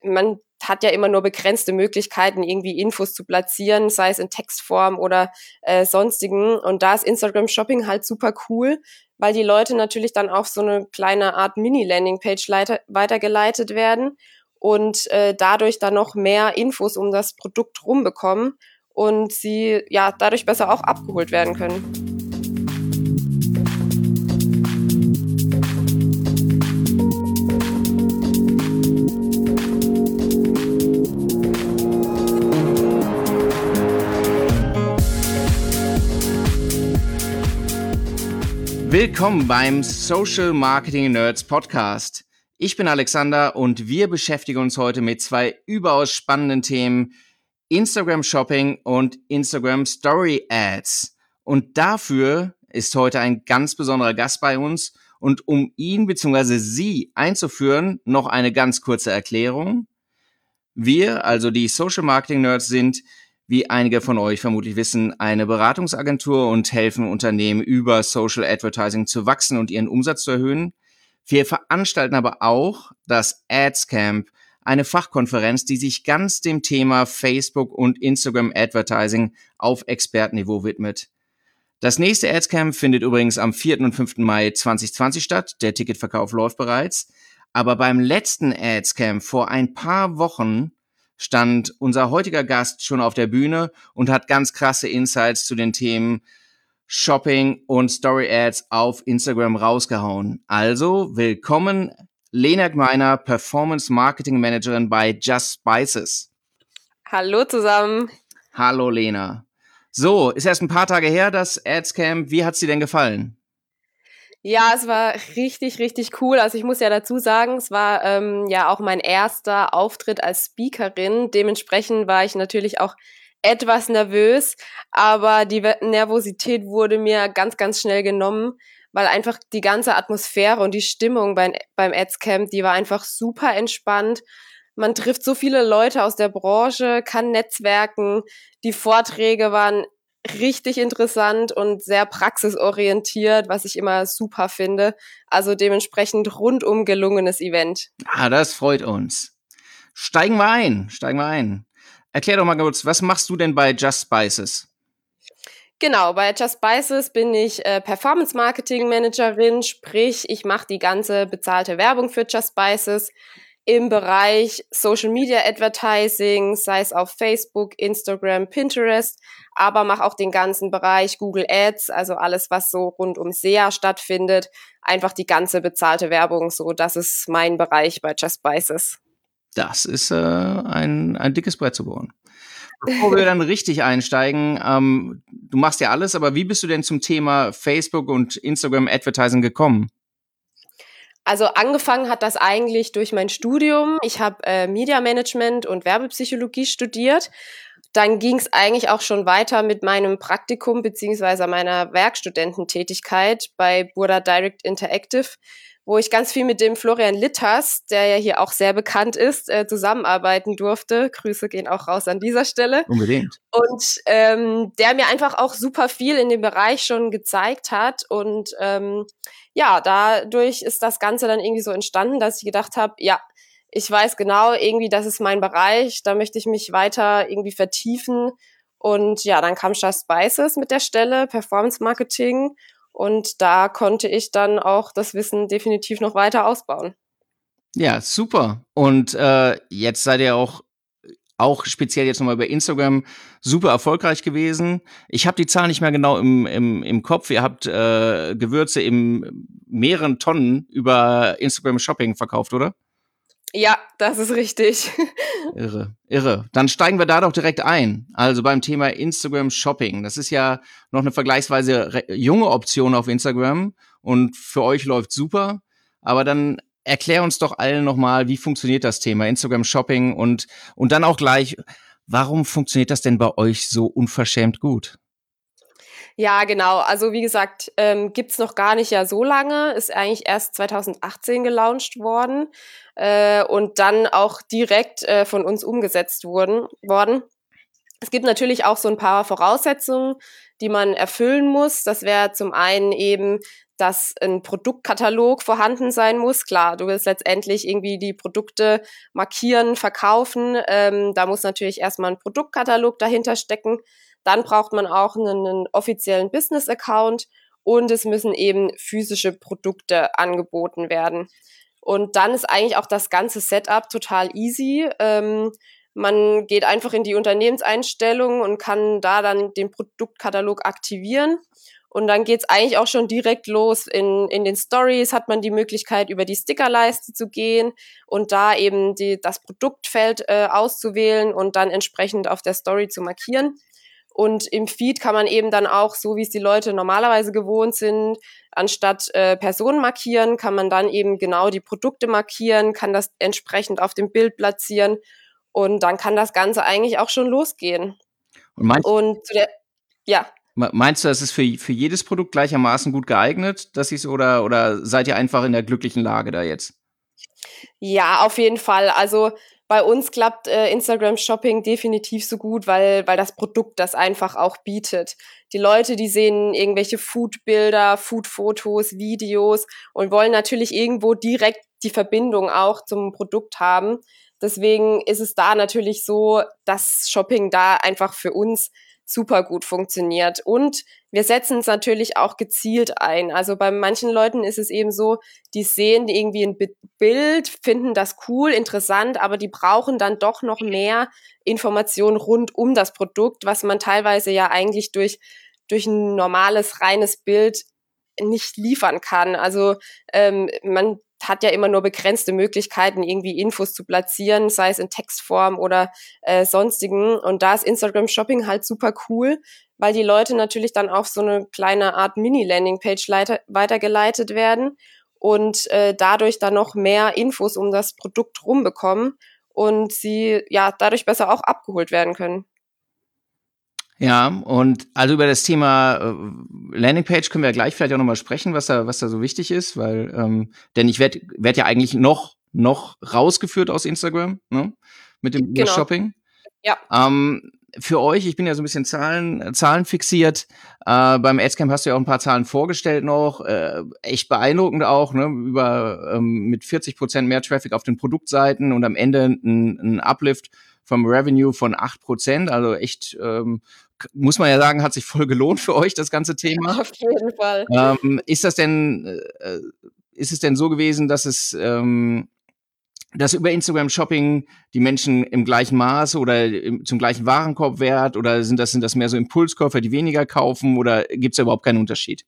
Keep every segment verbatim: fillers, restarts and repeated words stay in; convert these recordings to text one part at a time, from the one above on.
man hat ja immer nur begrenzte Möglichkeiten, irgendwie Infos zu platzieren, sei es in Textform oder äh, sonstigen. Und da ist Instagram Shopping halt super cool, weil die Leute natürlich dann auf so eine kleine Art Mini-Landing-Page leiter- weitergeleitet werden und äh, dadurch dann noch mehr Infos um das Produkt rumbekommen und sie ja dadurch besser auch abgeholt werden können. Willkommen beim Social Marketing Nerds Podcast. Ich bin Alexander und wir beschäftigen uns heute mit zwei überaus spannenden Themen: Instagram Shopping und Instagram Story Ads. Und dafür ist heute ein ganz besonderer Gast bei uns. Und um ihn bzw. sie einzuführen, noch eine ganz kurze Erklärung. Wir, also die Social Marketing Nerds, sind, wie einige von euch vermutlich wissen, eine Beratungsagentur und helfen Unternehmen über Social Advertising zu wachsen und ihren Umsatz zu erhöhen. Wir veranstalten aber auch das Ads Camp, eine Fachkonferenz, die sich ganz dem Thema Facebook und Instagram Advertising auf Expertenniveau widmet. Das nächste Ads Camp findet übrigens am vierten und fünften Mai zwanzig zwanzig statt. Der Ticketverkauf läuft bereits. Aber beim letzten Ads Camp vor ein paar Wochen stand unser heutiger Gast schon auf der Bühne und hat ganz krasse Insights zu den Themen Shopping und Story Ads auf Instagram rausgehauen. Also willkommen, Lena Gmeiner, Performance Marketing Managerin bei Just Spices. Hallo zusammen. Hallo Lena. So, ist erst ein paar Tage her, das Ads Camp. Wie hat's dir denn gefallen? Ja, es war richtig, richtig cool. Also ich muss ja dazu sagen, es war ähm, ja auch mein erster Auftritt als Speakerin. Dementsprechend war ich natürlich auch etwas nervös, aber die Nervosität wurde mir ganz, ganz schnell genommen, weil einfach die ganze Atmosphäre und die Stimmung beim, beim Ads Camp, die war einfach super entspannt. Man trifft so viele Leute aus der Branche, kann netzwerken. Die Vorträge waren richtig interessant und sehr praxisorientiert, was ich immer super finde. Also dementsprechend rundum gelungenes Event. Ah, das freut uns. Steigen wir ein, steigen wir ein. Erklär doch mal kurz, was machst du denn bei Just Spices? Genau, bei Just Spices bin ich äh, Performance Marketing Managerin, sprich, ich mache die ganze bezahlte Werbung für Just Spices im Bereich Social Media Advertising, sei es auf Facebook, Instagram, Pinterest, aber mache auch den ganzen Bereich Google Ads, also alles, was so rund um S E A stattfindet, einfach die ganze bezahlte Werbung, so das ist mein Bereich bei Just Spices. Das ist äh, ein, ein dickes Brett zu bohren. Bevor wir dann richtig einsteigen, ähm, du machst ja alles, aber wie bist du denn zum Thema Facebook und Instagram Advertising gekommen? Also angefangen hat das eigentlich durch mein Studium. Ich habe äh, Media Management und Werbepsychologie studiert. Dann ging es eigentlich auch schon weiter mit meinem Praktikum beziehungsweise meiner Werkstudententätigkeit bei Burda Direct Interactive, wo ich ganz viel mit dem Florian Litters, der ja hier auch sehr bekannt ist, äh, zusammenarbeiten durfte. Grüße gehen auch raus an dieser Stelle. Unbedingt. Und ähm, der mir einfach auch super viel in dem Bereich schon gezeigt hat. Und ähm, ja, dadurch ist das Ganze dann irgendwie so entstanden, dass ich gedacht habe, ja, ich weiß genau, irgendwie, das ist mein Bereich, da möchte ich mich weiter irgendwie vertiefen. Und ja, dann kam Just Spices mit der Stelle, Performance Marketing. Und da konnte ich dann auch das Wissen definitiv noch weiter ausbauen. Ja, super. Und äh, jetzt seid ihr auch auch speziell jetzt nochmal bei Instagram super erfolgreich gewesen. Ich habe die Zahl nicht mehr genau im, im, im Kopf. Ihr habt äh, Gewürze in mehreren Tonnen über Instagram Shopping verkauft, oder? Ja, das ist richtig. Irre, irre. Dann steigen wir da doch direkt ein. Also beim Thema Instagram Shopping. Das ist ja noch eine vergleichsweise junge Option auf Instagram und für euch läuft super. Aber dann erklär uns doch allen nochmal, wie funktioniert das Thema Instagram Shopping und, und dann auch gleich, warum funktioniert das denn bei euch so unverschämt gut? Ja, genau. Also wie gesagt, ähm, gibt's noch gar nicht ja so lange. Ist eigentlich erst zwanzig achtzehn gelauncht worden äh, und dann auch direkt äh, von uns umgesetzt wurden, worden. Es gibt natürlich auch so ein paar Voraussetzungen, die man erfüllen muss. Das wäre zum einen eben, dass ein Produktkatalog vorhanden sein muss. Klar, du willst letztendlich irgendwie die Produkte markieren, verkaufen. Ähm, da muss natürlich erstmal ein Produktkatalog dahinter stecken. Dann braucht man auch einen, einen offiziellen Business-Account und es müssen eben physische Produkte angeboten werden. Und dann ist eigentlich auch das ganze Setup total easy. Ähm, man geht einfach in die Unternehmenseinstellungen und kann da dann den Produktkatalog aktivieren. Und dann geht's eigentlich auch schon direkt los. In, in den Stories hat man die Möglichkeit, über die Stickerleiste zu gehen und da eben die, das Produktfeld äh, auszuwählen und dann entsprechend auf der Story zu markieren. Und im Feed kann man eben dann auch, so wie es die Leute normalerweise gewohnt sind, anstatt äh, Personen markieren, kann man dann eben genau die Produkte markieren, kann das entsprechend auf dem Bild platzieren und dann kann das Ganze eigentlich auch schon losgehen. Und meinst, und zu der, ja. meinst du, das ist für, für jedes Produkt gleichermaßen gut geeignet, dass ich's, oder, oder seid ihr einfach in der glücklichen Lage da jetzt? Ja, auf jeden Fall. Also bei uns klappt äh, Instagram Shopping definitiv so gut, weil, weil das Produkt das einfach auch bietet. Die Leute, die sehen irgendwelche Food-Bilder, Food-Fotos, Videos und wollen natürlich irgendwo direkt die Verbindung auch zum Produkt haben. Deswegen ist es da natürlich so, dass Shopping da einfach für uns super gut funktioniert. Und wir setzen es natürlich auch gezielt ein. Also bei manchen Leuten ist es eben so, die sehen irgendwie ein Bild, finden das cool, interessant, aber die brauchen dann doch noch mehr Informationen rund um das Produkt, was man teilweise ja eigentlich durch, durch ein normales, reines Bild nicht liefern kann. Also ähm, man hat ja immer nur begrenzte Möglichkeiten, irgendwie Infos zu platzieren, sei es in Textform oder äh, sonstigen. Und da ist Instagram Shopping halt super cool, weil die Leute natürlich dann auf so eine kleine Art Mini-Landing-Page weitergeleitet werden und äh, dadurch dann noch mehr Infos um das Produkt rumbekommen und sie ja dadurch besser auch abgeholt werden können. Ja, und also über das Thema äh, Landingpage können wir gleich vielleicht auch nochmal sprechen, was da, was da so wichtig ist, weil, ähm, denn ich werde werd ja eigentlich noch, noch rausgeführt aus Instagram, ne? Mit dem Genau. Shopping. Ja. Ähm, für euch, ich bin ja so ein bisschen Zahlen, Zahlen fixiert. Äh, beim Adscamp hast du ja auch ein paar Zahlen vorgestellt noch. Äh, echt beeindruckend auch, ne? Über, ähm, mit vierzig Prozent mehr Traffic auf den Produktseiten und am Ende ein, ein Uplift vom Revenue von acht Prozent. Also echt, ähm, muss man ja sagen, hat sich voll gelohnt für euch, das ganze Thema. Auf jeden Fall. Ähm, ist das denn, äh, ist es denn so gewesen, dass es, ähm, dass über Instagram Shopping die Menschen im gleichen Maße oder im, zum gleichen Warenkorbwert, oder sind das, sind das mehr so Impulskäufer, die weniger kaufen, oder gibt es da überhaupt keinen Unterschied?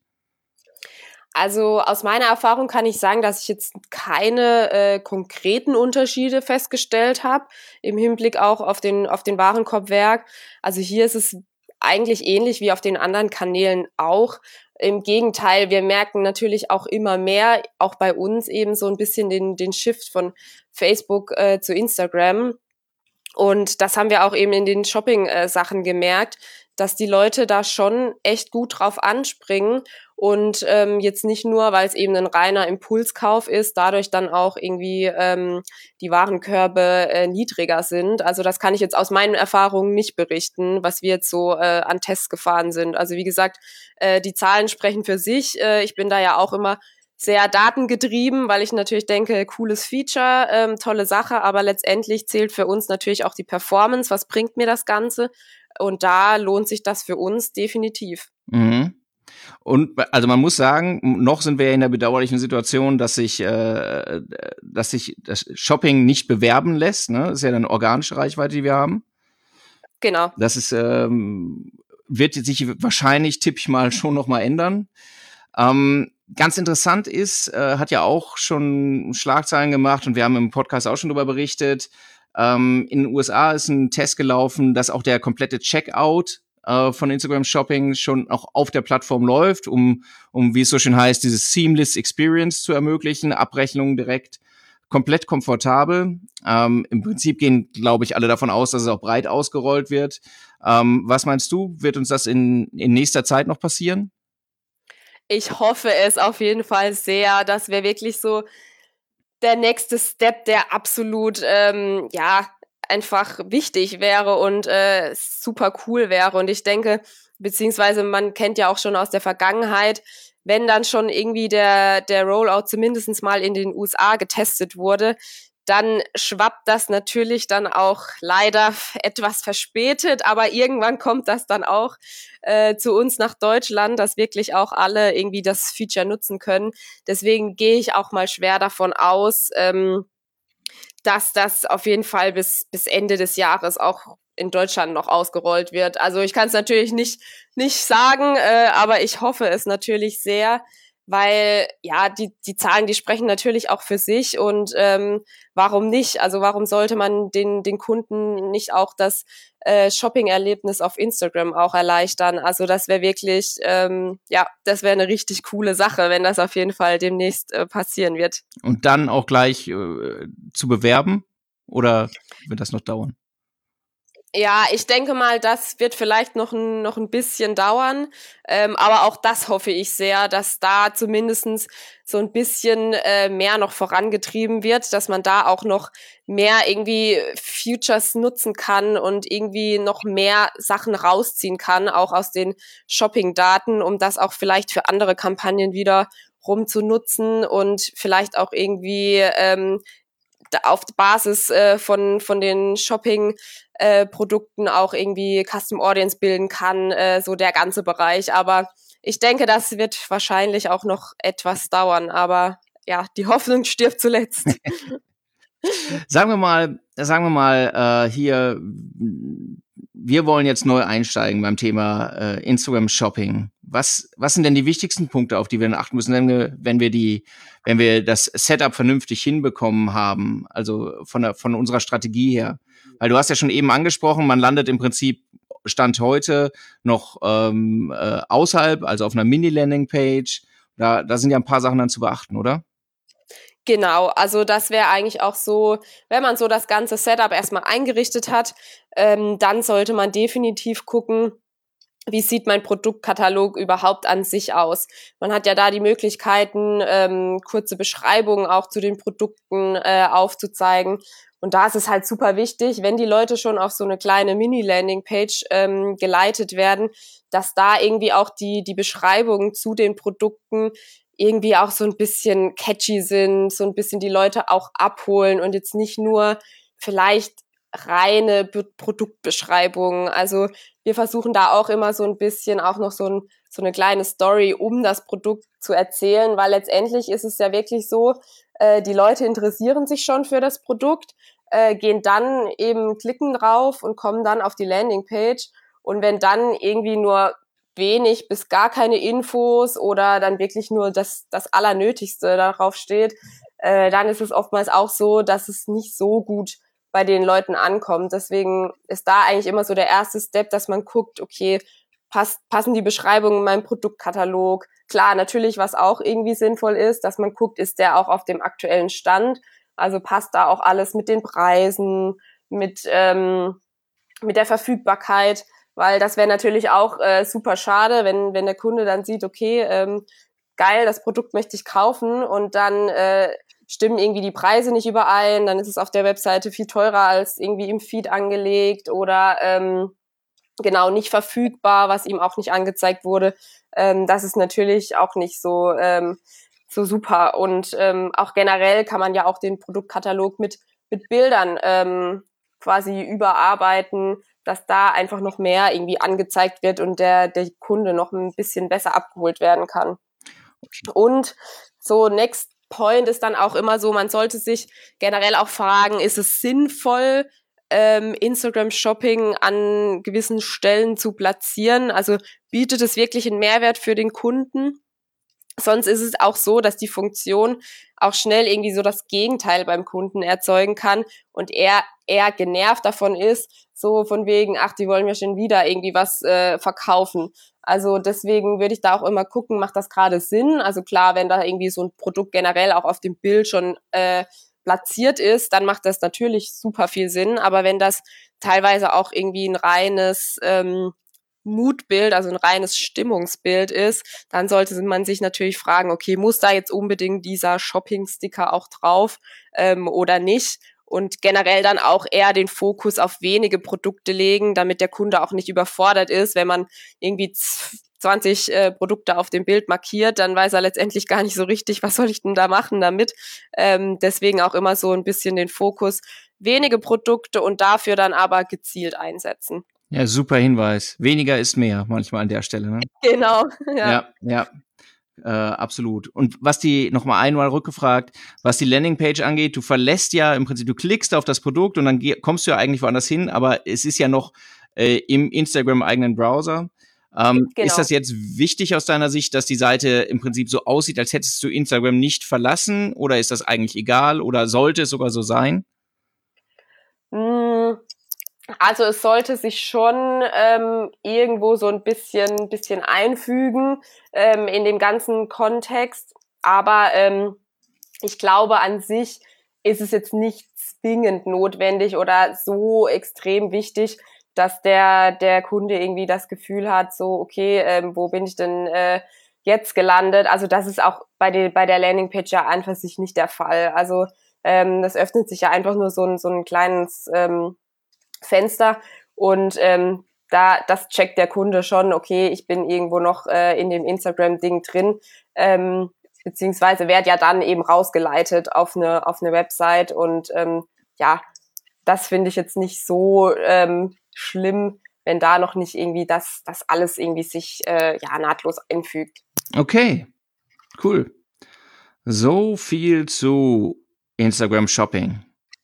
Also aus meiner Erfahrung kann ich sagen, dass ich jetzt keine äh, konkreten Unterschiede festgestellt habe im Hinblick auch auf den, auf den Warenkorbwert. Also hier ist es eigentlich ähnlich wie auf den anderen Kanälen auch. Im Gegenteil, wir merken natürlich auch immer mehr, auch bei uns eben so ein bisschen den, den Shift von Facebook äh, zu Instagram. Und das haben wir auch eben in den Shopping-Sachen gemerkt, dass die Leute da schon echt gut drauf anspringen und ähm, jetzt nicht nur, weil es eben ein reiner Impulskauf ist, dadurch dann auch irgendwie ähm, die Warenkörbe äh, niedriger sind. Also das kann ich jetzt aus meinen Erfahrungen nicht berichten, was wir jetzt so äh, an Tests gefahren sind. Also wie gesagt, äh, die Zahlen sprechen für sich. Äh, ich bin da ja auch immer sehr datengetrieben, weil ich natürlich denke, cooles Feature, ähm, tolle Sache, aber letztendlich zählt für uns natürlich auch die Performance. Was bringt mir das Ganze? Und da lohnt sich das für uns definitiv. Mhm. Und also man muss sagen, noch sind wir ja in der bedauerlichen Situation, dass sich, äh, dass sich das Shopping nicht bewerben lässt. Ne? Das ist ja eine organische Reichweite, die wir haben. Genau. Das ist, ähm, wird sich wahrscheinlich, tippe ich mal, schon noch mal ändern. Ähm, ganz interessant ist, äh, hat ja auch schon Schlagzeilen gemacht und wir haben im Podcast auch schon darüber berichtet. Ähm, in den U S A ist ein Test gelaufen, dass auch der komplette Checkout äh, von Instagram Shopping schon auch auf der Plattform läuft, um, um wie es so schön heißt, dieses Seamless Experience zu ermöglichen, Abrechnungen direkt, komplett komfortabel. Ähm, Im Prinzip gehen, glaube ich, alle davon aus, dass es auch breit ausgerollt wird. Ähm, was meinst du, wird uns das in, in nächster Zeit noch passieren? Ich hoffe es auf jeden Fall sehr, dass wir wirklich so der nächste Step, der absolut, ähm, ja, einfach wichtig wäre und äh, super cool wäre. Und ich denke, beziehungsweise man kennt ja auch schon aus der Vergangenheit, wenn dann schon irgendwie der, der Rollout zumindest mal in den U S A getestet wurde, dann schwappt das natürlich dann auch leider etwas verspätet, aber irgendwann kommt das dann auch äh, zu uns nach Deutschland, dass wirklich auch alle irgendwie das Feature nutzen können. Deswegen gehe ich auch mal schwer davon aus, ähm, dass das auf jeden Fall bis, bis Ende des Jahres auch in Deutschland noch ausgerollt wird. Also ich kann es natürlich nicht, nicht sagen, äh, aber ich hoffe es natürlich sehr, weil ja, die, die Zahlen, die sprechen natürlich auch für sich und ähm, warum nicht? Also warum sollte man den, den Kunden nicht auch das äh, Shopping-Erlebnis auf Instagram auch erleichtern? Also das wäre wirklich, ähm, ja, das wäre eine richtig coole Sache, wenn das auf jeden Fall demnächst äh, passieren wird. Und dann auch gleich äh, zu bewerben? Oder wird das noch dauern? Ja, ich denke mal, das wird vielleicht noch ein, noch ein bisschen dauern, ähm, aber auch das hoffe ich sehr, dass da zumindestens so ein bisschen äh, mehr noch vorangetrieben wird, dass man da auch noch mehr irgendwie Futures nutzen kann und irgendwie noch mehr Sachen rausziehen kann, auch aus den Shopping-Daten, um das auch vielleicht für andere Kampagnen wieder rumzunutzen und vielleicht auch irgendwie ähm, auf Basis äh, von von den Shopping äh, Produkten auch irgendwie Custom Audience bilden kann, äh, so der ganze Bereich. Aber ich denke, das wird wahrscheinlich auch noch etwas dauern. Aber ja, die Hoffnung stirbt zuletzt. Sagen wir mal, sagen wir mal, äh, hier, wir wollen jetzt neu einsteigen beim Thema äh, Instagram Shopping. Was, was sind denn die wichtigsten Punkte, auf die wir dann achten müssen, wenn wir, wenn wir die, wenn wir das Setup vernünftig hinbekommen haben, also von der, von unserer Strategie her? Weil du hast ja schon eben angesprochen, man landet im Prinzip Stand heute noch ähm, äh, außerhalb, also auf einer Mini-Landing-Page. Da, da sind ja ein paar Sachen dann zu beachten, oder? Genau, also das wäre eigentlich auch so, wenn man so das ganze Setup erstmal eingerichtet hat, ähm, dann sollte man definitiv gucken, wie sieht mein Produktkatalog überhaupt an sich aus. Man hat ja da die Möglichkeiten, ähm, kurze Beschreibungen auch zu den Produkten äh, aufzuzeigen. Und da ist es halt super wichtig, wenn die Leute schon auf so eine kleine Mini-Landing-Page ähm, geleitet werden, dass da irgendwie auch die, die Beschreibungen zu den Produkten irgendwie auch so ein bisschen catchy sind, so ein bisschen die Leute auch abholen und jetzt nicht nur vielleicht reine Be- Produktbeschreibungen. Also wir versuchen da auch immer so ein bisschen auch noch so, ein, so eine kleine Story um das Produkt zu erzählen, weil letztendlich ist es ja wirklich so, äh, die Leute interessieren sich schon für das Produkt, äh, gehen dann eben, klicken drauf und kommen dann auf die Landingpage. Und wenn dann irgendwie nur wenig bis gar keine Infos oder dann wirklich nur das, das Allernötigste darauf steht, äh, dann ist es oftmals auch so, dass es nicht so gut bei den Leuten ankommt. Deswegen ist da eigentlich immer so der erste Step, dass man guckt, okay, passt, passen die Beschreibungen in meinem Produktkatalog? Klar, natürlich, was auch irgendwie sinnvoll ist, dass man guckt, ist der auch auf dem aktuellen Stand? Also passt da auch alles mit den Preisen, mit, ähm, mit der Verfügbarkeit, weil das wäre natürlich auch äh, super schade, wenn, wenn der Kunde dann sieht, okay, ähm, geil, das Produkt möchte ich kaufen und dann äh, stimmen irgendwie die Preise nicht überein, dann ist es auf der Webseite viel teurer als irgendwie im Feed angelegt oder ähm, genau nicht verfügbar, was ihm auch nicht angezeigt wurde. Ähm, das ist natürlich auch nicht so ähm, so super und ähm, auch generell kann man ja auch den Produktkatalog mit mit Bildern ähm, quasi überarbeiten, dass da einfach noch mehr irgendwie angezeigt wird und der der Kunde noch ein bisschen besser abgeholt werden kann. Und so Next Point ist dann auch immer so, man sollte sich generell auch fragen, ist es sinnvoll, ähm, Instagram Shopping an gewissen Stellen zu platzieren? Also bietet es wirklich einen Mehrwert für den Kunden? Sonst ist es auch so, dass die Funktion auch schnell irgendwie so das Gegenteil beim Kunden erzeugen kann und er eher genervt davon ist, so von wegen, ach, die wollen mir schon wieder irgendwie was äh, verkaufen. Also deswegen würde ich da auch immer gucken, macht das gerade Sinn? Also klar, wenn da irgendwie so ein Produkt generell auch auf dem Bild schon äh, platziert ist, dann macht das natürlich super viel Sinn. Aber wenn das teilweise auch irgendwie ein reines ähm, Moodbild, also ein reines Stimmungsbild ist, dann sollte man sich natürlich fragen, okay, muss da jetzt unbedingt dieser Shopping-Sticker auch drauf ähm, oder nicht? und generell dann auch eher den Fokus auf wenige Produkte legen, damit der Kunde auch nicht überfordert ist. Wenn man irgendwie zwanzig äh, Produkte auf dem Bild markiert, dann weiß er letztendlich gar nicht so richtig, was soll ich denn da machen damit. Ähm, deswegen auch immer so ein bisschen den Fokus, wenige Produkte und dafür dann aber gezielt einsetzen. Ja, super Hinweis. Weniger ist mehr manchmal an der Stelle. Ne? Genau, ja. Ja, ja. Äh, absolut. Und was die, nochmal einmal rückgefragt, was die Landingpage angeht, du verlässt ja im Prinzip, du klickst auf das Produkt und dann geh, kommst du ja eigentlich woanders hin, aber es ist ja noch äh, im Instagram-eigenen Browser. Ähm, Genau. Ist das jetzt wichtig aus deiner Sicht, dass die Seite im Prinzip so aussieht, als hättest du Instagram nicht verlassen, oder ist das eigentlich egal oder sollte es sogar so sein? Also es sollte sich schon ähm, irgendwo so ein bisschen, bisschen einfügen ähm, in dem ganzen Kontext, aber ähm, ich glaube, an sich ist es jetzt nicht zwingend notwendig oder so extrem wichtig, dass der der Kunde irgendwie das Gefühl hat, so okay, ähm, wo bin ich denn äh, jetzt gelandet? Also das ist auch bei der bei der Landingpage ja einfach sich nicht der Fall. Also ähm, das öffnet sich ja einfach nur so ein so ein kleines ähm, Fenster und ähm, da das checkt der Kunde schon, okay, ich bin irgendwo noch äh, in dem Instagram-Ding drin, ähm, beziehungsweise werde ja dann eben rausgeleitet auf eine auf eine Website und ähm, ja, das finde ich jetzt nicht so ähm, schlimm, wenn da noch nicht irgendwie das das alles irgendwie sich äh, ja nahtlos einfügt. Okay, cool. So viel zu Instagram Shopping,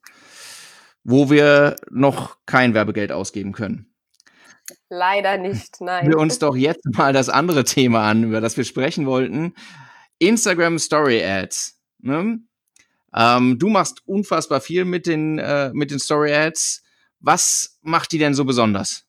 wo wir noch kein Werbegeld ausgeben können. Leider nicht, nein. Wir uns doch jetzt mal das andere Thema an, über das wir sprechen wollten. Instagram Story Ads. Ne? Ähm, du machst unfassbar viel mit den, äh, mit den Story Ads. Was macht die denn so besonders?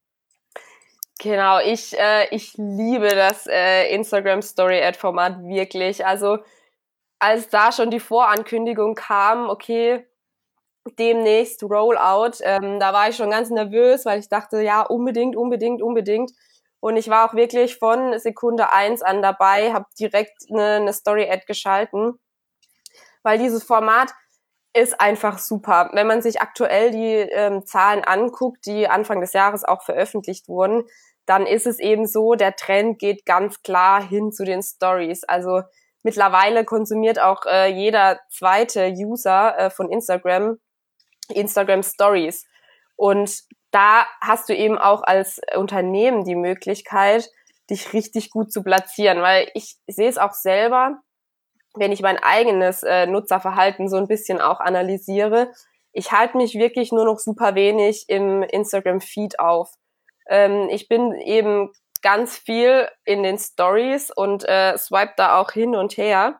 Genau, ich, äh, ich liebe das äh, Instagram Story Ad Format wirklich. Also als da schon die Vorankündigung kam, okay, demnächst Rollout, ähm, da war ich schon ganz nervös, weil ich dachte, ja, unbedingt, unbedingt, unbedingt. Und ich war auch wirklich von Sekunde eins an dabei, habe direkt eine, eine Story-Ad geschalten, weil dieses Format ist einfach super. Wenn man sich aktuell die ähm, Zahlen anguckt, die Anfang des Jahres auch veröffentlicht wurden, dann ist es eben so, der Trend geht ganz klar hin zu den Stories. Also mittlerweile konsumiert auch äh, jeder zweite User äh, von Instagram Instagram Stories. Und da hast du eben auch als Unternehmen die Möglichkeit, dich richtig gut zu platzieren, weil ich sehe es auch selber, wenn ich mein eigenes äh, Nutzerverhalten so ein bisschen auch analysiere. Ich halte mich wirklich nur noch super wenig im Instagram-Feed auf. Ähm, ich bin eben ganz viel in den Stories und äh, swipe da auch hin und her.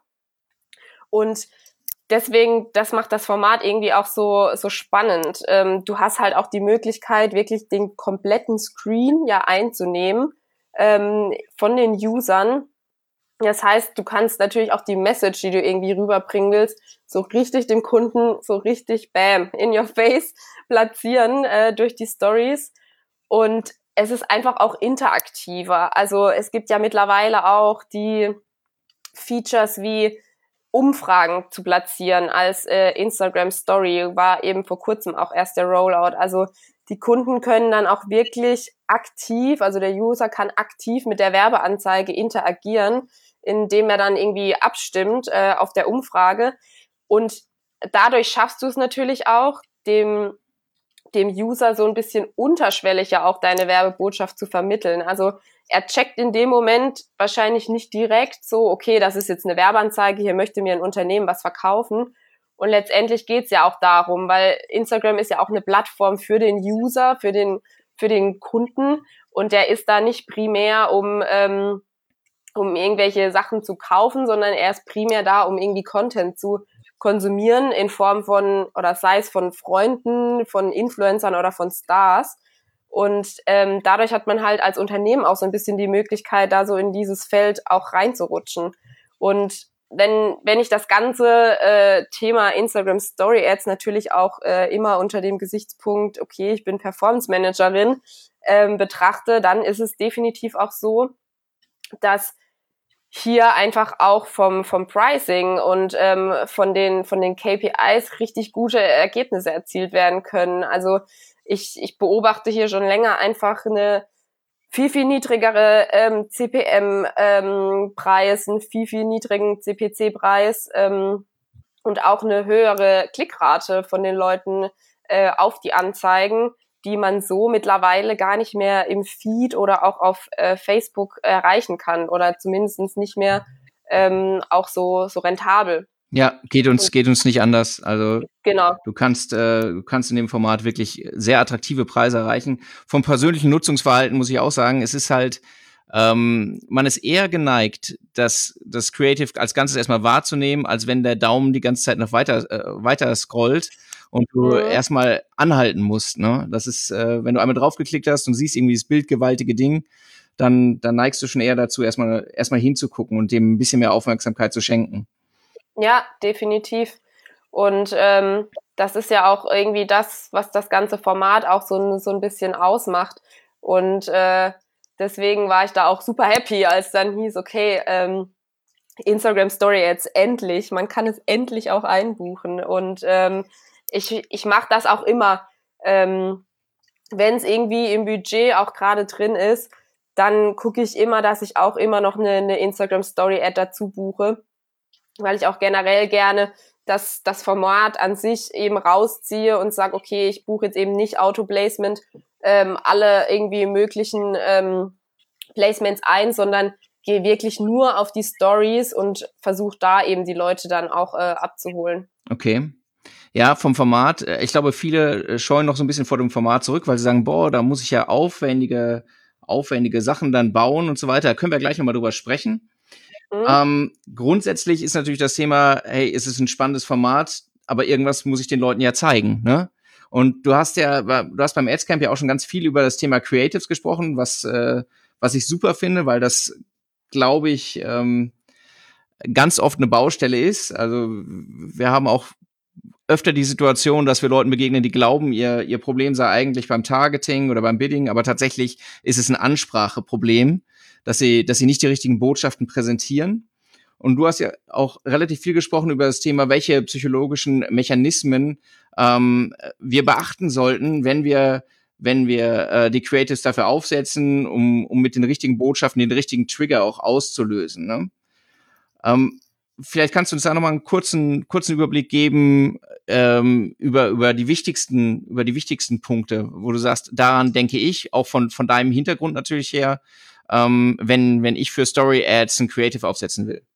Und deswegen, das macht das Format irgendwie auch so so spannend. Ähm, du hast halt auch die Möglichkeit, wirklich den kompletten Screen ja einzunehmen ähm, von den Usern. Das heißt, du kannst natürlich auch die Message, die du irgendwie rüberbringen willst, so richtig dem Kunden so richtig bam in your face platzieren äh, durch die Stories. Und es ist einfach auch interaktiver. Also es gibt ja mittlerweile auch die Features wie Umfragen zu platzieren als äh, Instagram Story, war eben vor kurzem auch erst der Rollout. Also die Kunden können dann auch wirklich aktiv, also der User kann aktiv mit der Werbeanzeige interagieren, indem er dann irgendwie abstimmt äh, auf der Umfrage. Und dadurch schaffst du es natürlich auch, dem dem User so ein bisschen unterschwellig ja auch deine Werbebotschaft zu vermitteln. Also er checkt in dem Moment wahrscheinlich nicht direkt so, okay, das ist jetzt eine Werbeanzeige, hier möchte mir ein Unternehmen was verkaufen. Und letztendlich geht's ja auch darum, weil Instagram ist ja auch eine Plattform für den User, für den für den Kunden. Und der ist da nicht primär, um ähm, um irgendwelche Sachen zu kaufen, sondern er ist primär da, um irgendwie Content zu konsumieren in Form von, oder sei es von Freunden, von Influencern oder von Stars. Und ähm, dadurch hat man halt als Unternehmen auch so ein bisschen die Möglichkeit, da so in dieses Feld auch reinzurutschen. Und wenn wenn ich das ganze äh, Thema Instagram Story Ads natürlich auch äh, immer unter dem Gesichtspunkt, okay, ich bin Performance Managerin, ähm, betrachte, dann ist es definitiv auch so, dass hier einfach auch vom vom Pricing und ähm, von den von den K P Is richtig gute Ergebnisse erzielt werden können. Also ich ich beobachte hier schon länger einfach eine viel, viel niedrigere ähm, C P M-Preis, ähm, einen viel, viel niedrigen C P C-Preis ähm, und auch eine höhere Klickrate von den Leuten äh, auf die Anzeigen, die man so mittlerweile gar nicht mehr im Feed oder auch auf äh, Facebook erreichen kann oder zumindest nicht mehr ähm, auch so, so rentabel. Ja, geht uns, geht uns nicht anders. Also Genau. du kannst, äh, du kannst in dem Format wirklich sehr attraktive Preise erreichen. Vom persönlichen Nutzungsverhalten muss ich auch sagen, es ist halt, ähm, man ist eher geneigt, das, das Creative als Ganzes erstmal wahrzunehmen, als wenn der Daumen die ganze Zeit noch weiter, äh, weiter scrollt und du Mhm. erstmal anhalten musst. Ne? Das ist, äh, wenn du einmal draufgeklickt hast und siehst irgendwie das bildgewaltige Ding, dann, dann neigst du schon eher dazu, erstmal, erstmal hinzugucken und dem ein bisschen mehr Aufmerksamkeit zu schenken. Ja, definitiv. Und ähm, das ist ja auch irgendwie das, was das ganze Format auch so, so ein bisschen ausmacht. Und äh, deswegen war ich da auch super happy, als dann hieß, okay, ähm, Instagram Story jetzt endlich, man kann es endlich auch einbuchen. Und ähm, ich, ich mache das auch immer, ähm, wenn es irgendwie im Budget auch gerade drin ist, dann gucke ich immer, dass ich auch immer noch eine, eine Instagram Story Ad dazu buche, weil ich auch generell gerne das, das Format an sich eben rausziehe und sage, okay, ich buche jetzt eben nicht Auto-Placement, ähm, alle irgendwie möglichen ähm, Placements ein, sondern gehe wirklich nur auf die Stories und versuche da eben die Leute dann auch äh, abzuholen. Okay. Ja, vom Format. Ich glaube, viele scheuen noch so ein bisschen vor dem Format zurück, weil sie sagen, boah, da muss ich ja aufwendige, aufwendige Sachen dann bauen und so weiter. Da können wir gleich nochmal drüber sprechen. Mhm. Ähm, grundsätzlich ist natürlich das Thema, hey, es ist ein spannendes Format, aber irgendwas muss ich den Leuten ja zeigen, ne? Und du hast ja, du hast beim Adscamp ja auch schon ganz viel über das Thema Creatives gesprochen, was, äh, was ich super finde, weil das, glaube ich, ähm, ganz oft eine Baustelle ist. Also wir haben auch öfter die Situation, dass wir Leuten begegnen, die glauben, ihr, ihr Problem sei eigentlich beim Targeting oder beim Bidding, aber tatsächlich ist es ein Anspracheproblem, dass sie, dass sie nicht die richtigen Botschaften präsentieren. Und du hast ja auch relativ viel gesprochen über das Thema, welche psychologischen Mechanismen ähm, wir beachten sollten, wenn wir wenn wir äh, die Creatives dafür aufsetzen, um, um mit den richtigen Botschaften den richtigen Trigger auch auszulösen. Ne? Ähm, vielleicht kannst du uns da nochmal einen kurzen, kurzen Überblick geben ähm, über, über die wichtigsten, über die wichtigsten Punkte, wo du sagst, daran denke ich, auch von, von deinem Hintergrund natürlich her, ähm, wenn, wenn ich für Story Ads ein Creative aufsetzen will.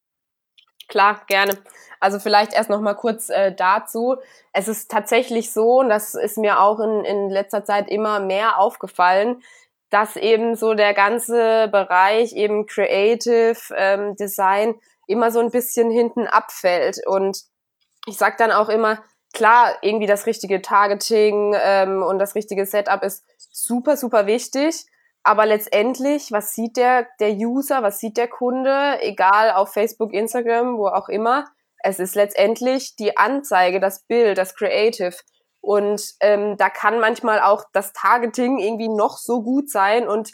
Klar, gerne. Also vielleicht erst noch mal kurz äh, dazu. Es ist tatsächlich so, und das ist mir auch in, in letzter Zeit immer mehr aufgefallen, dass eben so der ganze Bereich eben Creative ähm, Design immer so ein bisschen hinten abfällt. Und ich sag dann auch immer, klar, irgendwie das richtige Targeting ähm, und das richtige Setup ist super, super wichtig. Aber letztendlich, was sieht der, der User, was sieht der Kunde, egal auf Facebook, Instagram, wo auch immer, es ist letztendlich die Anzeige, das Bild, das Creative. Und ähm, da kann manchmal auch das Targeting irgendwie noch so gut sein und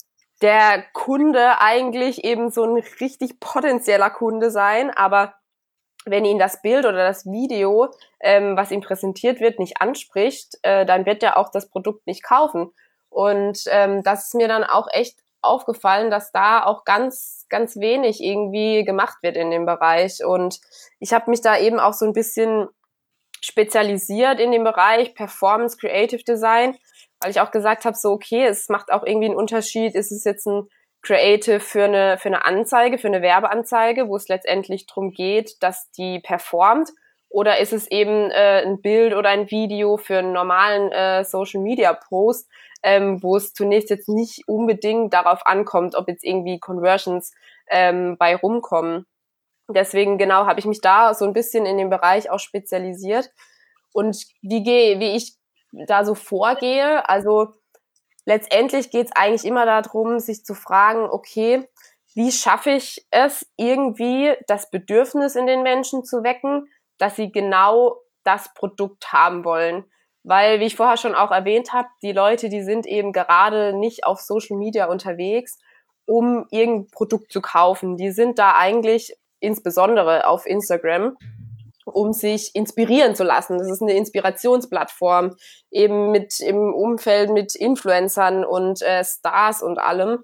der Kunde eigentlich eben so ein richtig potenzieller Kunde sein, aber wenn ihn das Bild oder das Video, ähm, was ihm präsentiert wird, nicht anspricht, äh, dann wird er auch das Produkt nicht kaufen. Und ähm, das ist mir dann auch echt aufgefallen, dass da auch ganz, ganz wenig irgendwie gemacht wird in dem Bereich. Und ich habe mich da eben auch so ein bisschen spezialisiert in dem Bereich Performance Creative Design, weil ich auch gesagt habe, so okay, es macht auch irgendwie einen Unterschied, ist es jetzt ein Creative für eine, für eine Anzeige, für eine Werbeanzeige, wo es letztendlich darum geht, dass die performt, oder ist es eben äh, ein Bild oder ein Video für einen normalen äh, Social-Media-Post, ähm, wo es zunächst jetzt nicht unbedingt darauf ankommt, ob jetzt irgendwie Conversions ähm, bei rumkommen. Deswegen genau habe ich mich da so ein bisschen in dem Bereich auch spezialisiert. Und wie gehe, wie ich da so vorgehe, also letztendlich geht es eigentlich immer darum, sich zu fragen, okay, wie schaffe ich es irgendwie, das Bedürfnis in den Menschen zu wecken, dass sie genau das Produkt haben wollen. Weil, wie ich vorher schon auch erwähnt habe, die Leute, die sind eben gerade nicht auf Social Media unterwegs um irgendein Produkt zu kaufen. Die sind da eigentlich insbesondere auf Instagram, um sich inspirieren zu lassen. Das ist eine Inspirationsplattform, eben mit im Umfeld mit Influencern und äh, Stars und allem.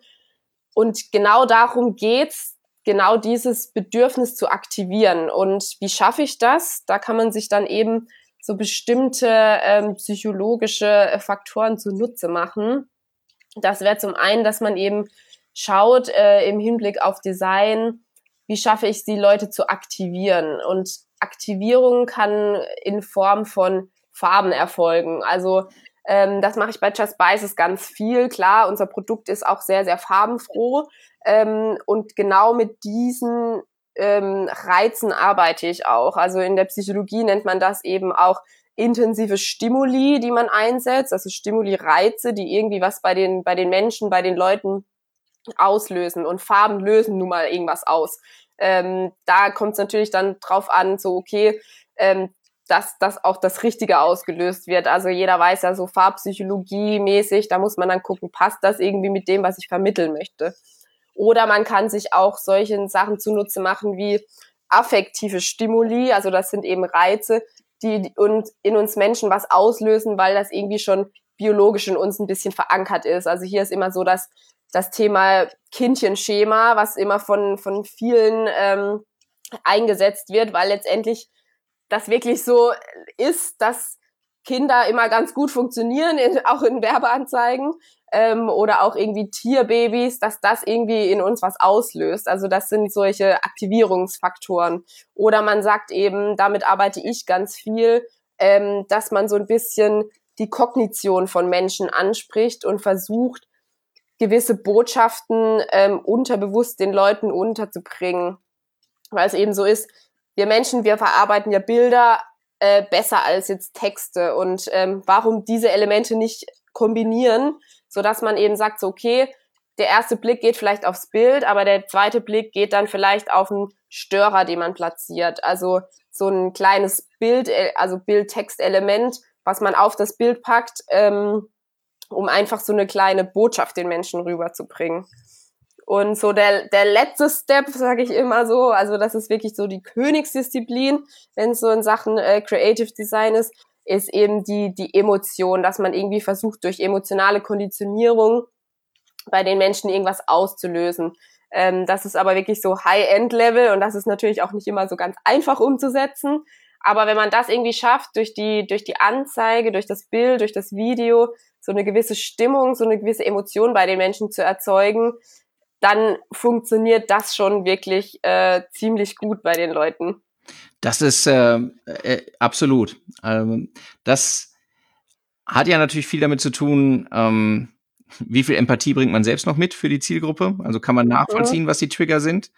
Und genau darum geht's, genau dieses Bedürfnis zu aktivieren. Und wie schaffe ich das? Da kann man sich dann eben so bestimmte ähm, psychologische Faktoren zunutze machen. Das wäre zum einen, dass man eben schaut äh, im Hinblick auf Design, wie schaffe ich es, die Leute zu aktivieren. Und Aktivierung kann in Form von Farben erfolgen. Also ähm, das mache ich bei Just Spices ganz viel. Klar, unser Produkt ist auch sehr, sehr farbenfroh. Ähm, und genau mit diesen ähm, Reizen arbeite ich auch. Also in der Psychologie nennt man das eben auch intensive Stimuli, die man einsetzt, also Stimuli-Reize, die irgendwie was bei den, bei den Menschen, bei den Leuten auslösen. Und Farben lösen nun mal irgendwas aus. Ähm, da kommt es natürlich dann drauf an, so okay, ähm, dass, dass auch das Richtige ausgelöst wird. Also jeder weiß ja so Farbpsychologie-mäßig, da muss man dann gucken, passt das irgendwie mit dem, was ich vermitteln möchte. Oder man kann sich auch solchen Sachen zunutze machen wie affektive Stimuli, also das sind eben Reize, die uns, in uns Menschen was auslösen, weil das irgendwie schon biologisch in uns ein bisschen verankert ist. Also hier ist immer so, dass das Thema Kindchenschema, was immer von, von vielen ähm, eingesetzt wird, weil letztendlich das wirklich so ist, dass Kinder immer ganz gut funktionieren, in, auch in Werbeanzeigen ähm, oder auch irgendwie Tierbabys, dass das irgendwie in uns was auslöst. Also das sind solche Aktivierungsfaktoren. Oder man sagt eben, damit arbeite ich ganz viel, ähm, dass man so ein bisschen die Kognition von Menschen anspricht und versucht, gewisse Botschaften ähm, unterbewusst den Leuten unterzubringen. Weil es eben so ist, wir Menschen, wir verarbeiten ja Bilder äh, besser als jetzt Texte. Und ähm, warum diese Elemente nicht kombinieren, sodass man eben sagt, so okay, der erste Blick geht vielleicht aufs Bild, aber der zweite Blick geht dann vielleicht auf einen Störer, den man platziert. Also so ein kleines Bild, also Bild-Text-Element, was man auf das Bild packt, ähm, um einfach so eine kleine Botschaft den Menschen rüberzubringen. Und so der, der letzte Step, sage ich immer so, also das ist wirklich so die Königsdisziplin, wenn es so in Sachen äh, Creative Design ist, ist eben die, die Emotion, dass man irgendwie versucht, durch emotionale Konditionierung bei den Menschen irgendwas auszulösen. Ähm, das ist aber wirklich so High-End-Level und das ist natürlich auch nicht immer so ganz einfach umzusetzen. Aber wenn man das irgendwie schafft, durch die, durch die Anzeige, durch das Bild, durch das Video, so eine gewisse Stimmung, so eine gewisse Emotion bei den Menschen zu erzeugen, dann funktioniert das schon wirklich äh, ziemlich gut bei den Leuten. Das ist äh, äh, absolut. Ähm, das hat ja natürlich viel damit zu tun, ähm, wie viel Empathie bringt man selbst noch mit für die Zielgruppe? Also kann man nachvollziehen, mhm. was die Trigger sind?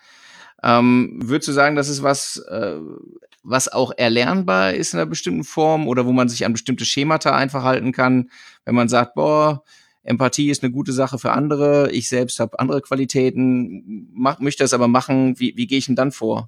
Ähm, würdest du sagen, das ist was, äh, was auch erlernbar ist in einer bestimmten Form oder wo man sich an bestimmte Schemata einfach halten kann, wenn man sagt, boah, Empathie ist eine gute Sache für andere, ich selbst habe andere Qualitäten, mach, möchte das aber machen, wie, wie gehe ich denn dann vor?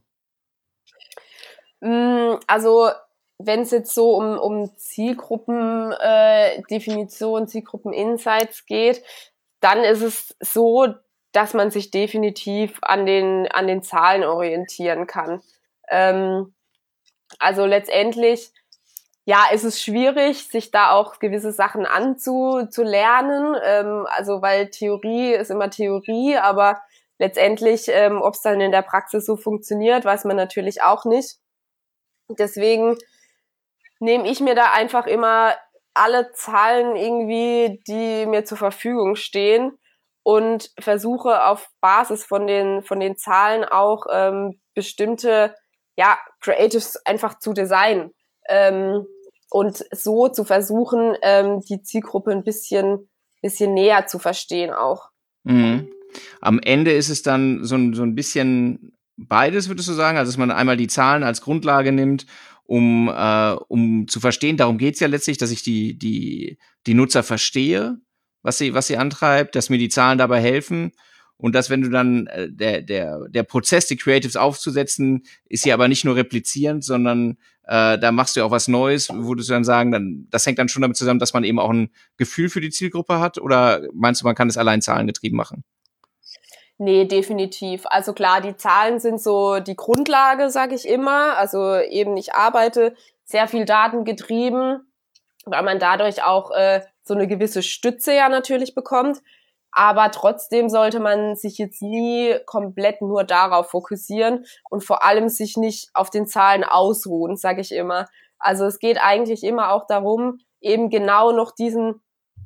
Also wenn es jetzt so um, um Zielgruppendefinition, äh, Zielgruppen-Insights geht, dann ist es so, dass man sich definitiv an den, an den Zahlen orientieren kann. Ähm, also letztendlich, ja, ist es schwierig, sich da auch gewisse Sachen anzulernen, ähm, also weil Theorie ist immer Theorie, aber letztendlich, ähm, ob es dann in der Praxis so funktioniert, weiß man natürlich auch nicht. Deswegen nehme ich mir da einfach immer alle Zahlen irgendwie, die mir zur Verfügung stehen und versuche auf Basis von den von den Zahlen auch ähm, bestimmte ja Creatives einfach zu designen ähm, und so zu versuchen, ähm, die Zielgruppe ein bisschen bisschen näher zu verstehen auch. Mhm. Am Ende ist es dann so ein so ein bisschen beides, würdest du sagen? Also, dass man einmal die Zahlen als Grundlage nimmt, um äh, um zu verstehen, darum geht's ja letztlich, dass ich die die die Nutzer verstehe, was sie was sie antreibt, dass mir die Zahlen dabei helfen und dass, wenn du dann äh, der der der Prozess, die Creatives aufzusetzen, ist ja aber nicht nur replizierend, sondern äh, da machst du ja auch was Neues, würdest du dann sagen, dann das hängt dann schon damit zusammen, dass man eben auch ein Gefühl für die Zielgruppe hat, oder meinst du, man kann es allein zahlengetrieben machen? Nee, definitiv. Also klar, die Zahlen sind so die Grundlage, sage ich immer. Also eben, ich arbeite sehr viel datengetrieben, weil man dadurch auch äh, so eine gewisse Stütze ja natürlich bekommt. Aber trotzdem sollte man sich jetzt nie komplett nur darauf fokussieren und vor allem sich nicht auf den Zahlen ausruhen, sage ich immer. Also es geht eigentlich immer auch darum, eben genau noch diesen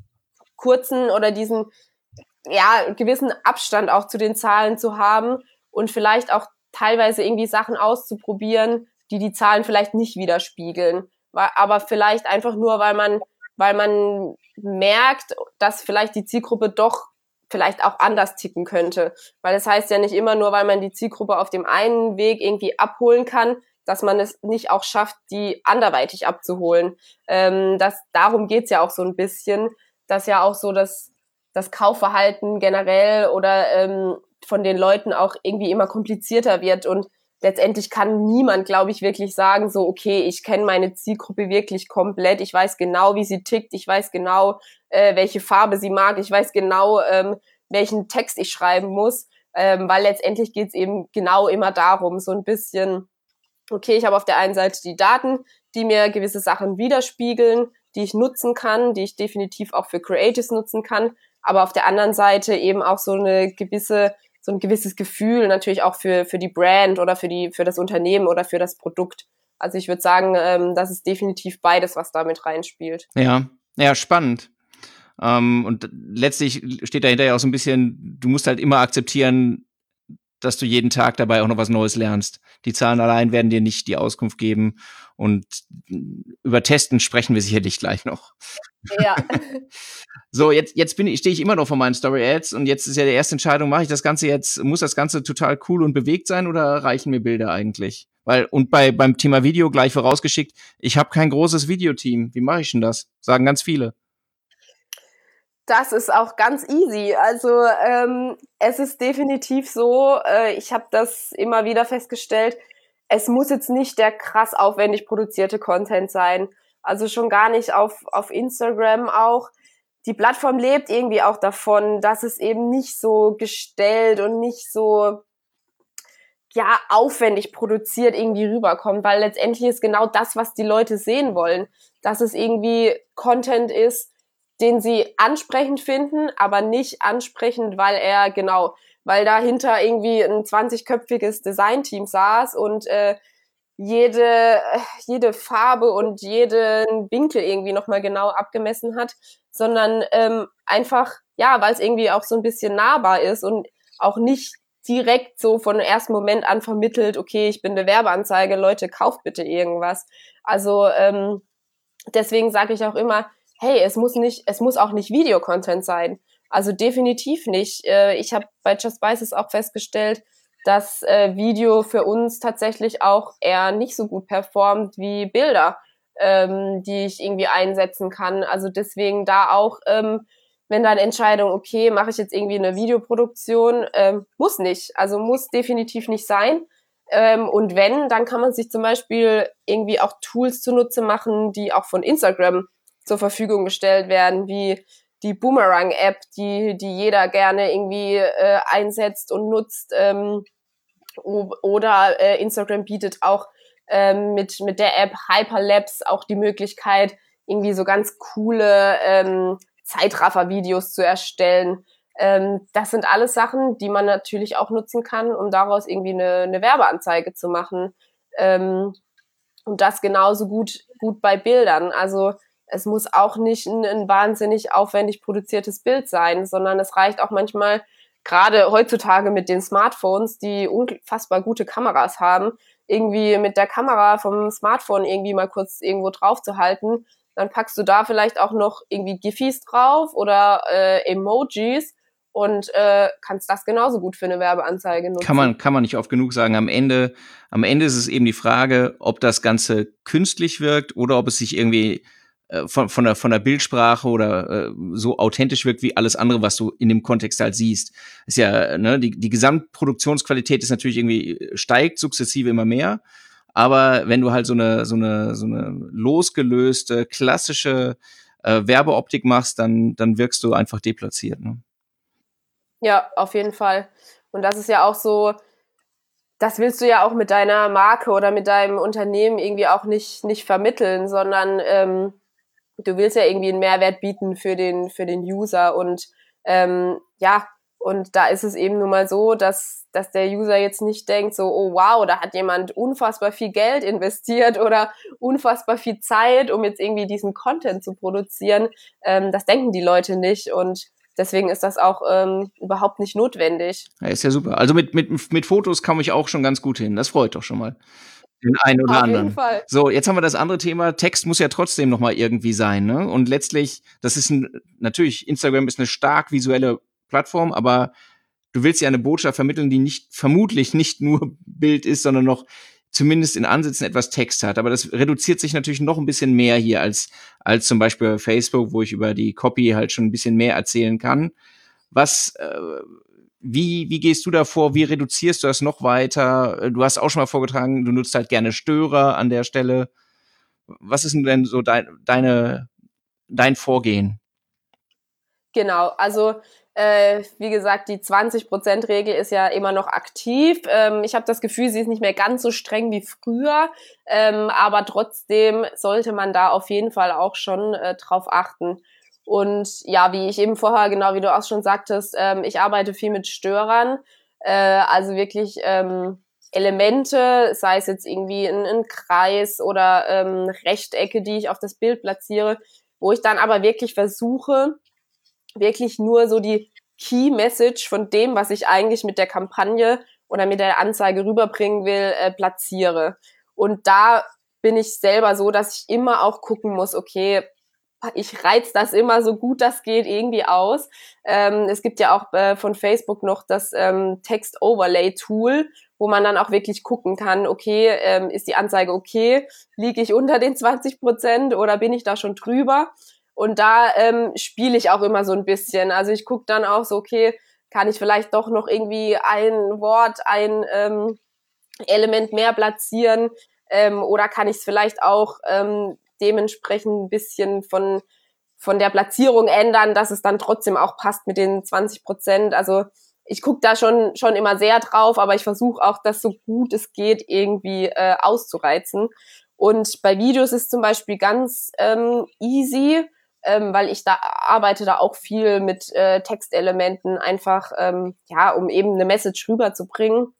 kurzen oder diesen ja, gewissen Abstand auch zu den Zahlen zu haben und vielleicht auch teilweise irgendwie Sachen auszuprobieren, die die Zahlen vielleicht nicht widerspiegeln. Aber vielleicht einfach nur, weil man, weil man merkt, dass vielleicht die Zielgruppe doch vielleicht auch anders ticken könnte. Weil das heißt ja nicht immer nur, weil man die Zielgruppe auf dem einen Weg irgendwie abholen kann, dass man es nicht auch schafft, die anderweitig abzuholen. Ähm, das, darum geht's ja auch so ein bisschen, dass ja auch so das das Kaufverhalten generell oder ähm, von den Leuten auch irgendwie immer komplizierter wird und letztendlich kann niemand, glaube ich, wirklich sagen, so okay, ich kenne meine Zielgruppe wirklich komplett, ich weiß genau, wie sie tickt, ich weiß genau, äh, welche Farbe sie mag, ich weiß genau, ähm, welchen Text ich schreiben muss, ähm, weil letztendlich geht's eben genau immer darum, so ein bisschen, okay, ich habe auf der einen Seite die Daten, die mir gewisse Sachen widerspiegeln, die ich nutzen kann, die ich definitiv auch für Creatives nutzen kann, aber auf der anderen Seite eben auch so eine gewisse, so ein gewisses Gefühl natürlich auch für für die Brand oder für die für das Unternehmen oder für das Produkt. Also ich würde sagen, ähm, das ist definitiv beides, was da mit reinspielt. Ja, ja, spannend. Ähm, und letztlich steht dahinter ja auch so ein bisschen, du musst halt immer akzeptieren, dass du jeden Tag dabei auch noch was Neues lernst. Die Zahlen allein werden dir nicht die Auskunft geben und über Testen sprechen wir sicherlich gleich noch. Ja. So, jetzt, jetzt bin ich, stehe ich immer noch vor meinen Story-Ads und jetzt ist ja die erste Entscheidung, mache ich das Ganze jetzt, muss das Ganze total cool und bewegt sein oder reichen mir Bilder eigentlich? Weil, und bei, beim Thema Video gleich vorausgeschickt, ich habe kein großes Videoteam. Wie mache ich denn das? Sagen ganz viele. Das ist auch ganz easy. Also ähm, es ist definitiv so, äh, ich habe das immer wieder festgestellt, es muss jetzt nicht der krass aufwendig produzierte Content sein. Also schon gar nicht auf, auf Instagram auch. Die Plattform lebt irgendwie auch davon, dass es eben nicht so gestellt und nicht so ja aufwendig produziert irgendwie rüberkommt, weil letztendlich ist genau das, was die Leute sehen wollen, dass es irgendwie Content ist, den sie ansprechend finden, aber nicht ansprechend, weil er genau, weil dahinter irgendwie ein zwanzigköpfiges Designteam saß und äh, jede jede Farbe und jeden Winkel irgendwie nochmal genau abgemessen hat, sondern ähm, einfach, ja, weil es irgendwie auch so ein bisschen nahbar ist und auch nicht direkt so von ersten Moment an vermittelt, okay, ich bin eine Werbeanzeige, Leute, kauft bitte irgendwas. Also ähm, deswegen sage ich auch immer, hey, es muss nicht, es muss auch nicht Videocontent sein. Also definitiv nicht. Äh, ich habe bei Just Spices auch festgestellt, dass äh, Video für uns tatsächlich auch eher nicht so gut performt wie Bilder, ähm, die ich irgendwie einsetzen kann. Also deswegen da auch, ähm, wenn da eine Entscheidung, okay, mache ich jetzt irgendwie eine Videoproduktion, ähm, muss nicht. Also muss definitiv nicht sein. Ähm, und wenn, dann kann man sich zum Beispiel irgendwie auch Tools zunutze machen, die auch von Instagram zur Verfügung gestellt werden, wie die Boomerang-App, die, die jeder gerne irgendwie äh, einsetzt und nutzt. Ähm, oder äh, Instagram bietet auch ähm, mit, mit der App Hyperlapse auch die Möglichkeit, irgendwie so ganz coole ähm, Zeitraffer-Videos zu erstellen. Ähm, das sind alles Sachen, die man natürlich auch nutzen kann, um daraus irgendwie eine, eine Werbeanzeige zu machen. Ähm, und das genauso gut, gut bei Bildern. Also es muss auch nicht ein, ein wahnsinnig aufwendig produziertes Bild sein, sondern es reicht auch manchmal, gerade heutzutage mit den Smartphones, die unfassbar gute Kameras haben, irgendwie mit der Kamera vom Smartphone irgendwie mal kurz irgendwo drauf zu halten. Dann packst du da vielleicht auch noch irgendwie Gifis drauf oder äh, Emojis und äh, kannst das genauso gut für eine Werbeanzeige nutzen. Kann man, kann man nicht oft genug sagen. Am Ende, am Ende ist es eben die Frage, ob das Ganze künstlich wirkt oder ob es sich irgendwie äh, von, von, der, von der Bildsprache oder äh, so authentisch wirkt wie alles andere, was du in dem Kontext halt siehst. Ist ja, ne, die, die Gesamtproduktionsqualität ist natürlich irgendwie, steigt sukzessive immer mehr. Aber wenn du halt so eine, so eine, so eine losgelöste, klassische äh, Werbeoptik machst, dann, dann wirkst du einfach deplatziert, ne? Ja, auf jeden Fall. Und das ist ja auch so, das willst du ja auch mit deiner Marke oder mit deinem Unternehmen irgendwie auch nicht, nicht vermitteln, sondern ähm, du willst ja irgendwie einen Mehrwert bieten für den, für den User. Und ähm, ja, und da ist es eben nun mal so, dass, dass der User jetzt nicht denkt so, oh wow, da hat jemand unfassbar viel Geld investiert oder unfassbar viel Zeit, um jetzt irgendwie diesen Content zu produzieren. Ähm, das denken die Leute nicht und deswegen ist das auch ähm, überhaupt nicht notwendig. Ja, ist ja super. Also mit, mit, mit Fotos komme ich auch schon ganz gut hin. Das freut doch schon mal. Den einen oder Auf jeden anderen. Fall. So, jetzt haben wir das andere Thema. Text muss ja trotzdem noch mal irgendwie sein, ne? Und letztlich, das ist ein, natürlich, Instagram ist eine stark visuelle Plattform, aber du willst ja eine Botschaft vermitteln, die nicht, vermutlich nicht nur Bild ist, sondern noch zumindest in Ansätzen etwas Text hat. Aber das reduziert sich natürlich noch ein bisschen mehr hier als, als zum Beispiel bei Facebook, wo ich über die Copy halt schon ein bisschen mehr erzählen kann. Was, äh, Wie, wie gehst du da vor? Wie reduzierst du das noch weiter? Du hast auch schon mal vorgetragen, du nutzt halt gerne Störer an der Stelle. Was ist denn so dein, deine, dein Vorgehen? Genau, also äh, wie gesagt, die zwanzig-Prozent-Regel ist ja immer noch aktiv. Ähm, ich habe das Gefühl, sie ist nicht mehr ganz so streng wie früher, ähm, aber trotzdem sollte man da auf jeden Fall auch schon äh, drauf achten. Und ja, wie ich eben vorher, genau wie du auch schon sagtest, ähm, ich arbeite viel mit Störern, äh, also wirklich ähm, Elemente, sei es jetzt irgendwie ein, ein Kreis oder ähm, Rechtecke, die ich auf das Bild platziere, wo ich dann aber wirklich versuche, wirklich nur so die Key Message von dem, was ich eigentlich mit der Kampagne oder mit der Anzeige rüberbringen will, äh, platziere. Und da bin ich selber so, dass ich immer auch gucken muss, okay, ich reiz das immer so gut das geht irgendwie aus. Ähm, es gibt ja auch äh, von Facebook noch das ähm, Text-Overlay-Tool, wo man dann auch wirklich gucken kann, okay, ähm, ist die Anzeige okay? Liege ich unter den zwanzig Prozent oder bin ich da schon drüber? Und da ähm, spiele ich auch immer so ein bisschen. Also ich gucke dann auch so, okay, kann ich vielleicht doch noch irgendwie ein Wort, ein ähm, Element mehr platzieren ähm, oder kann ich es vielleicht auch ähm, dementsprechend ein bisschen von von der Platzierung ändern, dass es dann trotzdem auch passt mit den zwanzig Prozent. Also ich gucke da schon schon immer sehr drauf, aber ich versuche auch, das so gut es geht irgendwie äh, auszureizen. Und bei Videos ist zum Beispiel ganz ähm, easy, ähm, weil ich da arbeite da auch viel mit äh, Textelementen, einfach ähm, ja, um eben eine Message rüberzubringen.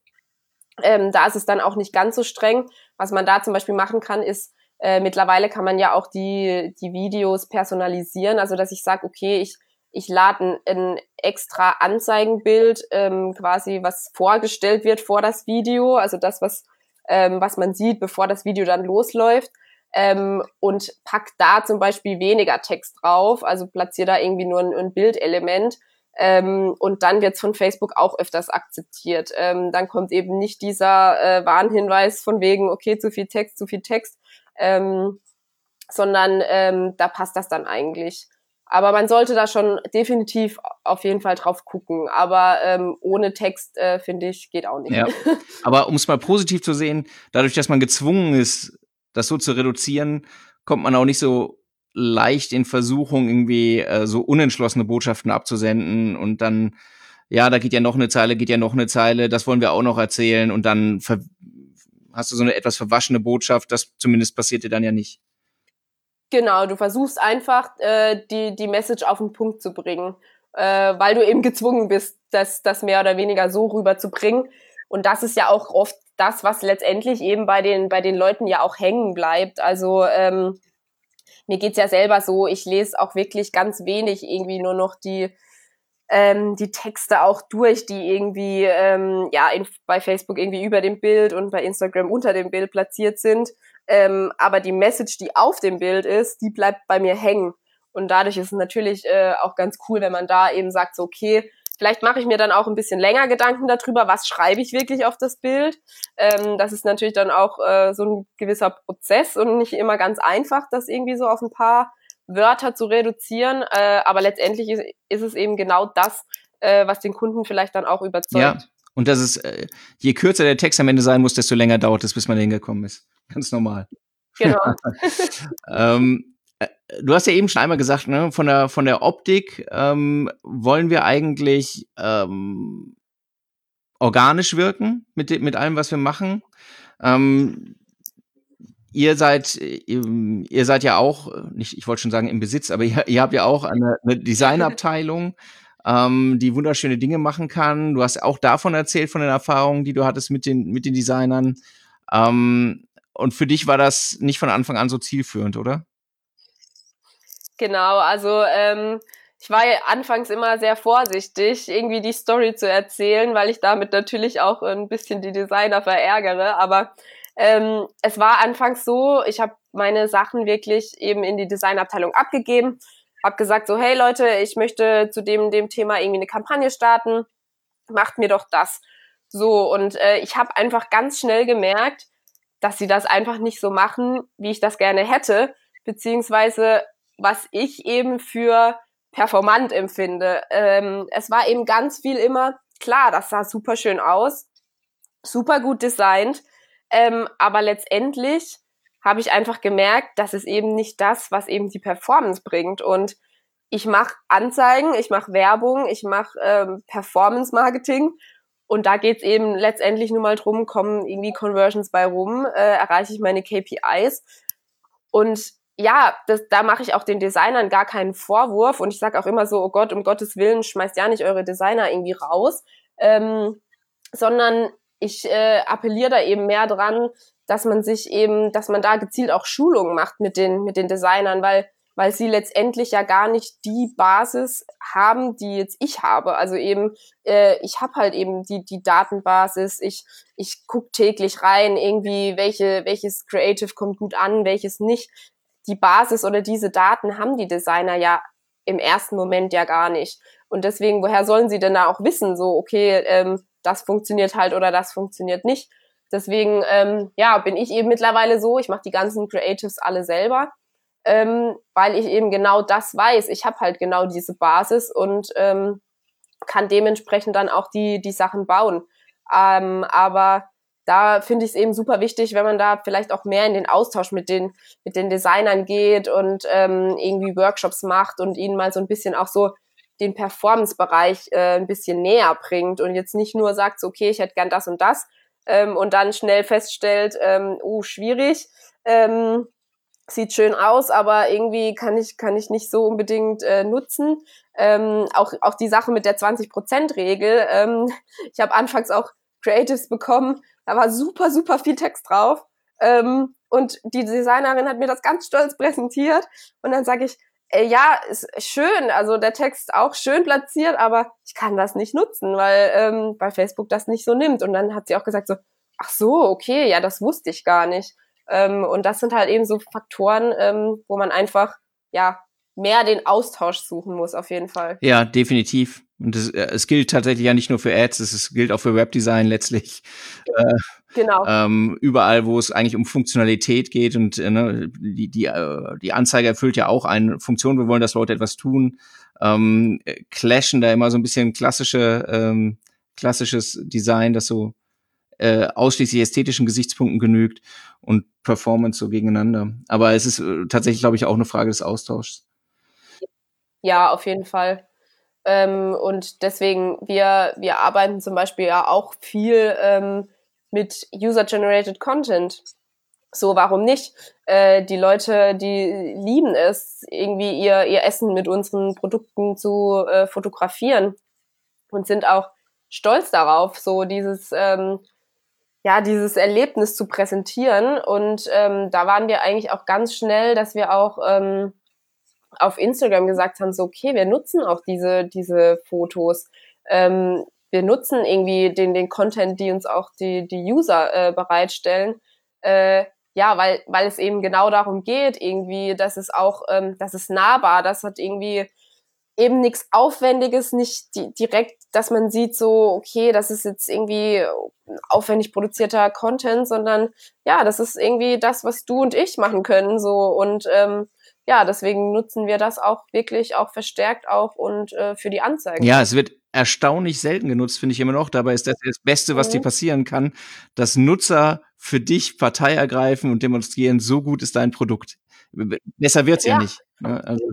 Ähm, da ist es dann auch nicht ganz so streng. Was man da zum Beispiel machen kann, ist, äh, mittlerweile kann man ja auch die, die Videos personalisieren, also dass ich sage, okay, ich, ich lade ein, ein extra Anzeigenbild, ähm, quasi was vorgestellt wird vor das Video, also das, was, ähm, was man sieht, bevor das Video dann losläuft. Ähm, und pack da zum Beispiel weniger Text drauf, also platziere da irgendwie nur ein, ein Bildelement. Ähm, und dann wird's von Facebook auch öfters akzeptiert. Ähm, dann kommt eben nicht dieser äh, Warnhinweis von wegen, okay, zu viel Text, zu viel Text, ähm, sondern ähm, da passt das dann eigentlich. Aber man sollte da schon definitiv auf jeden Fall drauf gucken. Aber ähm, ohne Text, äh, finde ich, geht auch nicht. Ja. Aber um es mal positiv zu sehen, dadurch, dass man gezwungen ist, das so zu reduzieren, kommt man auch nicht so leicht in Versuchung, irgendwie äh, so unentschlossene Botschaften abzusenden und dann, ja, da geht ja noch eine Zeile, geht ja noch eine Zeile, das wollen wir auch noch erzählen und dann ver- hast du so eine etwas verwaschene Botschaft, das zumindest passiert dir dann ja nicht. Genau, du versuchst einfach, äh, die, die Message auf den Punkt zu bringen, äh, weil du eben gezwungen bist, das, das mehr oder weniger so rüberzubringen. Und das ist ja auch oft das, was letztendlich eben bei den, bei den Leuten ja auch hängen bleibt. Also ähm, mir geht's ja selber so, ich lese auch wirklich ganz wenig irgendwie nur noch die ähm, die Texte auch durch, die irgendwie ähm, ja in, bei Facebook irgendwie über dem Bild und bei Instagram unter dem Bild platziert sind. Ähm, aber die Message, die auf dem Bild ist, die bleibt bei mir hängen. Und dadurch ist es natürlich äh, auch ganz cool, wenn man da eben sagt, so okay, vielleicht mache ich mir dann auch ein bisschen länger Gedanken darüber, was schreibe ich wirklich auf das Bild. Ähm, das ist natürlich dann auch äh, so ein gewisser Prozess und nicht immer ganz einfach, das irgendwie so auf ein paar Wörter zu reduzieren, äh, aber letztendlich ist, ist es eben genau das, äh, was den Kunden vielleicht dann auch überzeugt. Ja, und das ist, äh, je kürzer der Text am Ende sein muss, desto länger dauert es, bis man hingekommen ist. Ganz normal. Genau. ähm, äh, du hast ja eben schon einmal gesagt, ne, von der von der Optik ähm, wollen wir eigentlich ähm, organisch wirken mit, de- mit allem, was wir machen. Ähm, ihr seid, ihr, ihr seid ja auch, nicht, ich wollte schon sagen im Besitz, aber ihr, ihr habt ja auch eine, eine Designabteilung, ähm, die wunderschöne Dinge machen kann. Du hast auch davon erzählt, von den Erfahrungen, die du hattest mit den, mit den Designern. Ähm, und für dich war das nicht von Anfang an so zielführend, oder? Genau, also ähm, ich war ja anfangs immer sehr vorsichtig, irgendwie die Story zu erzählen, weil ich damit natürlich auch ein bisschen die Designer verärgere. Aber ähm, es war anfangs so, ich habe meine Sachen wirklich eben in die Designabteilung abgegeben, habe gesagt so, hey Leute, ich möchte zu dem dem Thema irgendwie eine Kampagne starten, macht mir doch das. So, und äh, ich habe einfach ganz schnell gemerkt, dass sie das einfach nicht so machen, wie ich das gerne hätte, beziehungsweise was ich eben für performant empfinde. Ähm, es war eben ganz viel immer, klar, das sah super schön aus, super gut designt, ähm, aber letztendlich habe ich einfach gemerkt, das ist eben nicht das, was eben die Performance bringt. Und ich mache Anzeigen, ich mache Werbung, ich mache ähm, Performance-Marketing und da geht's eben letztendlich nur mal drum, kommen irgendwie Conversions bei rum, äh, erreiche ich meine K P Is. Und ja, das, da mache ich auch den Designern gar keinen Vorwurf. Und ich sage auch immer so, oh Gott, um Gottes Willen, schmeißt ja nicht eure Designer irgendwie raus. Ähm, sondern ich äh, appelliere da eben mehr dran, dass man sich eben, dass man da gezielt auch Schulungen macht mit den, mit den Designern, weil weil sie letztendlich ja gar nicht die Basis haben, die jetzt ich habe. Also eben, äh, ich habe halt eben die die Datenbasis, ich ich guck täglich rein, irgendwie, welche welches Creative kommt gut an, welches nicht. Die Basis oder diese Daten haben die Designer ja im ersten Moment ja gar nicht. Und deswegen, woher sollen sie denn da auch wissen, so, okay, ähm, das funktioniert halt oder das funktioniert nicht. Deswegen, ähm, ja, bin ich eben mittlerweile so, ich mache die ganzen Creatives alle selber, ähm, weil ich eben genau das weiß. Ich habe halt genau diese Basis und ähm, kann dementsprechend dann auch die die Sachen bauen. Ähm, aber da finde ich es eben super wichtig, wenn man da vielleicht auch mehr in den Austausch mit den mit den Designern geht und ähm, irgendwie Workshops macht und ihnen mal so ein bisschen auch so den Performance-Bereich äh, ein bisschen näher bringt und jetzt nicht nur sagt, so, okay, ich hätte gern das und das ähm, und dann schnell feststellt, ähm, oh, schwierig, ähm, sieht schön aus, aber irgendwie kann ich kann ich nicht so unbedingt äh, nutzen. Ähm, auch auch die Sache mit der zwanzig Prozent Regel. Ähm, ich habe anfangs auch Creatives bekommen, da war super super viel Text drauf ähm, und die Designerin hat mir das ganz stolz präsentiert und dann sage ich, äh, ja, ist schön, also der Text auch schön platziert, aber ich kann das nicht nutzen, weil ähm, bei Facebook das nicht so nimmt. Und dann hat sie auch gesagt so, ach so, okay, ja, das wusste ich gar nicht. Ähm, und das sind halt eben so Faktoren, ähm, wo man einfach, ja, mehr den Austausch suchen muss, auf jeden Fall. Ja, definitiv. Und es, äh, es gilt tatsächlich ja nicht nur für Ads, es ist, gilt auch für Webdesign letztlich. Äh, Genau. ähm, überall, wo es eigentlich um Funktionalität geht und äh, ne, die, die, äh, die Anzeige erfüllt ja auch eine Funktion, wir wollen, dass Leute etwas tun, ähm, äh, clashen da immer so ein bisschen klassische, ähm, klassisches Design, das so äh, ausschließlich ästhetischen Gesichtspunkten genügt und Performance so gegeneinander. Aber es ist äh, tatsächlich, glaube ich, auch eine Frage des Austauschs. Ja, auf jeden Fall. Ähm, und deswegen, wir, wir arbeiten zum Beispiel ja auch viel ähm, mit User-Generated Content. So, warum nicht? Äh, die Leute, die lieben es, irgendwie ihr, ihr Essen mit unseren Produkten zu äh, fotografieren und sind auch stolz darauf, so dieses, ähm, ja, dieses Erlebnis zu präsentieren. Und ähm, da waren wir eigentlich auch ganz schnell, dass wir auch ähm, auf Instagram gesagt haben, so, okay, wir nutzen auch diese, diese Fotos. Ähm, wir nutzen irgendwie den, den Content, die uns auch die, die User äh, bereitstellen. Äh, ja, weil, weil es eben genau darum geht, irgendwie, dass es auch, ähm, dass es nahbar, das hat irgendwie eben nichts Aufwendiges, nicht di direkt, dass man sieht so, okay, das ist jetzt irgendwie aufwendig produzierter Content, sondern ja, das ist irgendwie das, was du und ich machen können, so und ähm, ja, deswegen nutzen wir das auch wirklich auch verstärkt auch und äh, für die Anzeigen. Ja, Auch. es wird erstaunlich selten genutzt, finde ich immer noch. Dabei ist das das Beste, was dir Mhm. passieren kann, dass Nutzer für dich Partei ergreifen und demonstrieren, so gut ist dein Produkt. B- Besser wird's ja Ja, nicht. Ne? Also,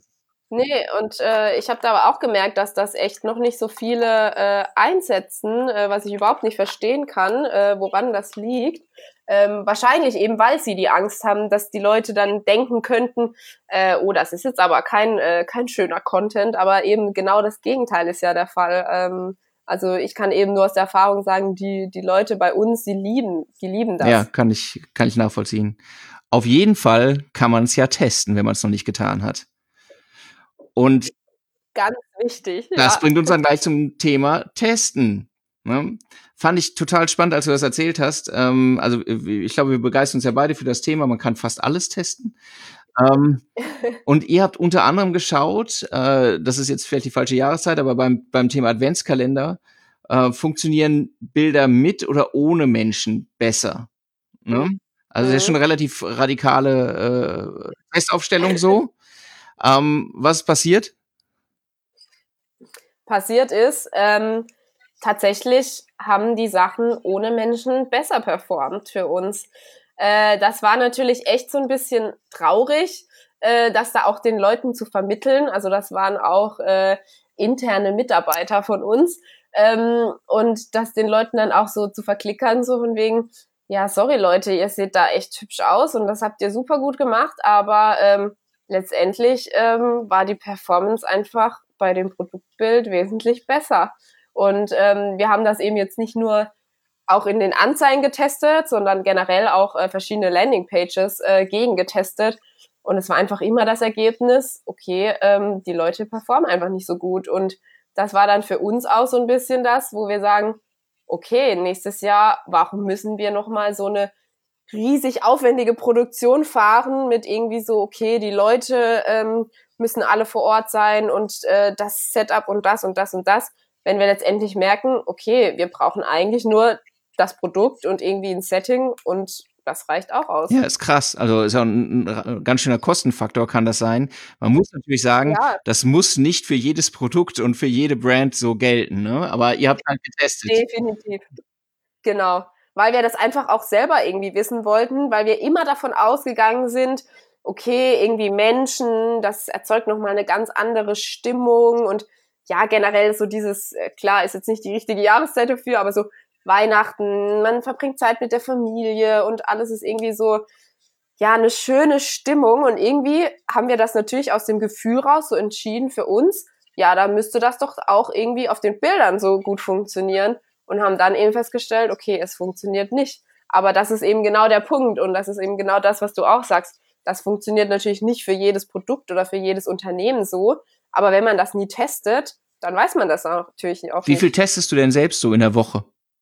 Nee, und äh, ich habe da aber auch gemerkt, dass das echt noch nicht so viele äh, einsetzen, äh, was ich überhaupt nicht verstehen kann, äh, woran das liegt. Ähm, wahrscheinlich eben, weil sie die Angst haben, dass die Leute dann denken könnten, äh, oh, das ist jetzt aber kein, äh, kein schöner Content, aber eben genau das Gegenteil ist ja der Fall. Ähm, also ich kann eben nur aus der Erfahrung sagen, die, die Leute bei uns, die lieben, die lieben Ja, das. kann ich, kann ich nachvollziehen. Auf jeden Fall kann man es ja testen, wenn man es noch nicht getan hat. Und Ganz wichtig, das ja. bringt uns dann gleich zum Thema Testen. Ne? Fand ich total spannend, als du das erzählt hast. Ähm, also ich glaube, wir begeistern uns ja beide für das Thema. Man kann fast alles testen. Ähm, und ihr habt unter anderem geschaut, äh, das ist jetzt vielleicht die falsche Jahreszeit, aber beim, beim Thema Adventskalender äh, funktionieren Bilder mit oder ohne Menschen besser. Ne? Also das ist schon Mhm. eine relativ radikale äh, Testaufstellung so. Ähm, was ist passiert? Passiert ist, ähm, tatsächlich haben die Sachen ohne Menschen besser performt für uns. Äh, das war natürlich echt so ein bisschen traurig, äh, das da auch den Leuten zu vermitteln. Also das waren auch äh, interne Mitarbeiter von uns. Ähm, und das den Leuten dann auch so zu verklickern, so von wegen, ja, sorry Leute, ihr seht da echt hübsch aus und das habt ihr super gut gemacht, aber ähm, letztendlich ähm, war die Performance einfach bei dem Produktbild wesentlich besser. Und ähm, wir haben das eben jetzt nicht nur auch in den Anzeigen getestet, sondern generell auch äh, verschiedene Landingpages äh, gegengetestet. Und es war einfach immer das Ergebnis, okay, ähm, die Leute performen einfach nicht so gut. Und das war dann für uns auch so ein bisschen das, wo wir sagen, okay, nächstes Jahr, warum müssen wir nochmal so eine riesig aufwendige Produktion fahren mit irgendwie so, okay, die Leute ähm, müssen alle vor Ort sein und äh, das Setup und das und das und das. Wenn wir letztendlich merken, okay, wir brauchen eigentlich nur das Produkt und irgendwie ein Setting und das reicht auch aus. Ja, ist krass. Also ist ja ein, ein ganz schöner Kostenfaktor kann das sein. Man muss natürlich sagen, Ja, das muss nicht für jedes Produkt und für jede Brand so gelten, ne? Aber ihr habt halt getestet. definitiv. Genau. Weil wir das einfach auch selber irgendwie wissen wollten, weil wir immer davon ausgegangen sind, okay, irgendwie Menschen, das erzeugt nochmal eine ganz andere Stimmung und ja, generell so dieses, äh, klar, ist jetzt nicht die richtige Jahreszeit dafür, aber so Weihnachten, man verbringt Zeit mit der Familie und alles ist irgendwie so, ja, eine schöne Stimmung und irgendwie haben wir das natürlich aus dem Gefühl raus so entschieden für uns, ja, da müsste das doch auch irgendwie auf den Bildern so gut funktionieren und haben dann eben festgestellt, okay, es funktioniert nicht. Aber das ist eben genau der Punkt und das ist eben genau das, was du auch sagst. Das funktioniert natürlich nicht für jedes Produkt oder für jedes Unternehmen so, aber wenn man das nie testet, dann weiß man das auch natürlich auch Wie viel nicht. testest du denn selbst so in der Woche?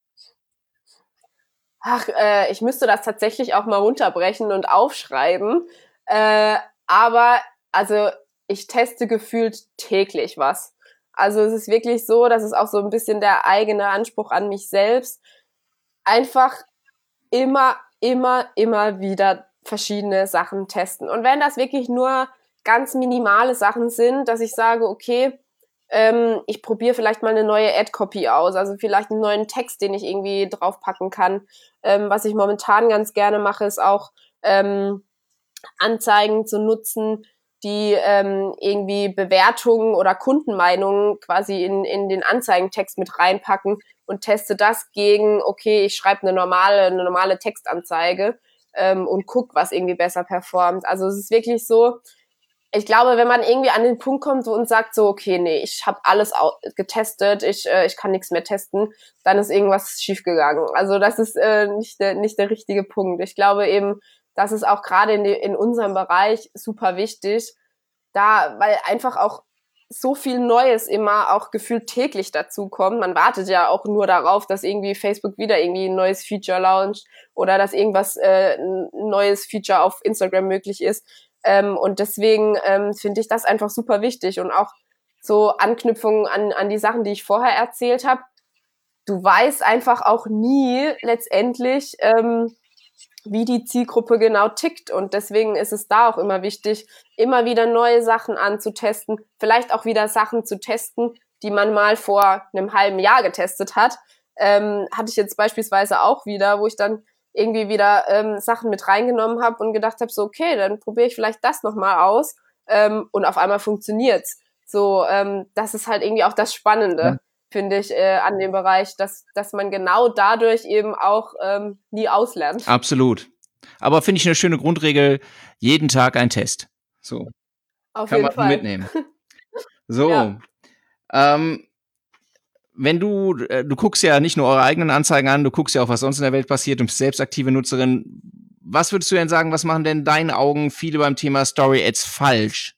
Ach, äh, ich müsste das tatsächlich auch mal runterbrechen und aufschreiben. Äh, aber also ich teste gefühlt täglich was. Also es ist wirklich so, dass es auch so ein bisschen der eigene Anspruch an mich selbst. Einfach immer, immer, immer wieder verschiedene Sachen testen. Und wenn das wirklich nur ganz minimale Sachen sind, dass ich sage, okay, ähm, ich probiere vielleicht mal eine neue Ad-Copy aus, also vielleicht einen neuen Text, den ich irgendwie draufpacken kann. Ähm, was ich momentan ganz gerne mache, ist auch ähm, Anzeigen zu nutzen, die ähm, irgendwie Bewertungen oder Kundenmeinungen quasi in, in den Anzeigentext mit reinpacken und teste das gegen, okay, ich schreibe eine normale, eine normale Textanzeige ähm, und guck, was irgendwie besser performt. Also es ist wirklich so, ich glaube, wenn man irgendwie an den Punkt kommt und sagt so, okay, nee, ich habe alles getestet, ich, äh, ich kann nichts mehr testen, dann ist irgendwas schiefgegangen. Also das ist äh, nicht, der, nicht der richtige Punkt. Ich glaube eben, das ist auch gerade in, in unserem Bereich super wichtig, da, weil einfach auch so viel Neues immer auch gefühlt täglich dazu kommt. Man wartet ja auch nur darauf, dass irgendwie Facebook wieder irgendwie ein neues Feature launcht oder dass irgendwas äh, ein neues Feature auf Instagram möglich ist. Ähm, und deswegen ähm, finde ich das einfach super wichtig und auch so Anknüpfungen an, an die Sachen, die ich vorher erzählt habe. Du weißt einfach auch nie letztendlich, ähm, wie die Zielgruppe genau tickt. Und deswegen ist es da auch immer wichtig, immer wieder neue Sachen anzutesten, vielleicht auch wieder Sachen zu testen, die man mal vor einem halben Jahr getestet hat. Ähm, hatte ich jetzt beispielsweise auch wieder, wo ich dann irgendwie wieder ähm, Sachen mit reingenommen habe und gedacht habe, so okay, dann probiere ich vielleicht das nochmal aus. ähm, und auf einmal funktioniert's. So, ähm, das ist halt irgendwie auch das Spannende, ja. finde ich, äh, an dem Bereich, dass, dass man genau dadurch eben auch ähm, nie auslernt. Absolut. Aber finde ich eine schöne Grundregel, jeden Tag ein Test. So. Auf Kann jeden man Fall. mitnehmen. So. Ja. Ähm, wenn du, äh, du guckst ja nicht nur eure eigenen Anzeigen an, du guckst ja auch, was sonst in der Welt passiert und bist selbst aktive Nutzerin. Was würdest du denn sagen, was machen denn in deinen Augen viele beim Thema Story Ads falsch?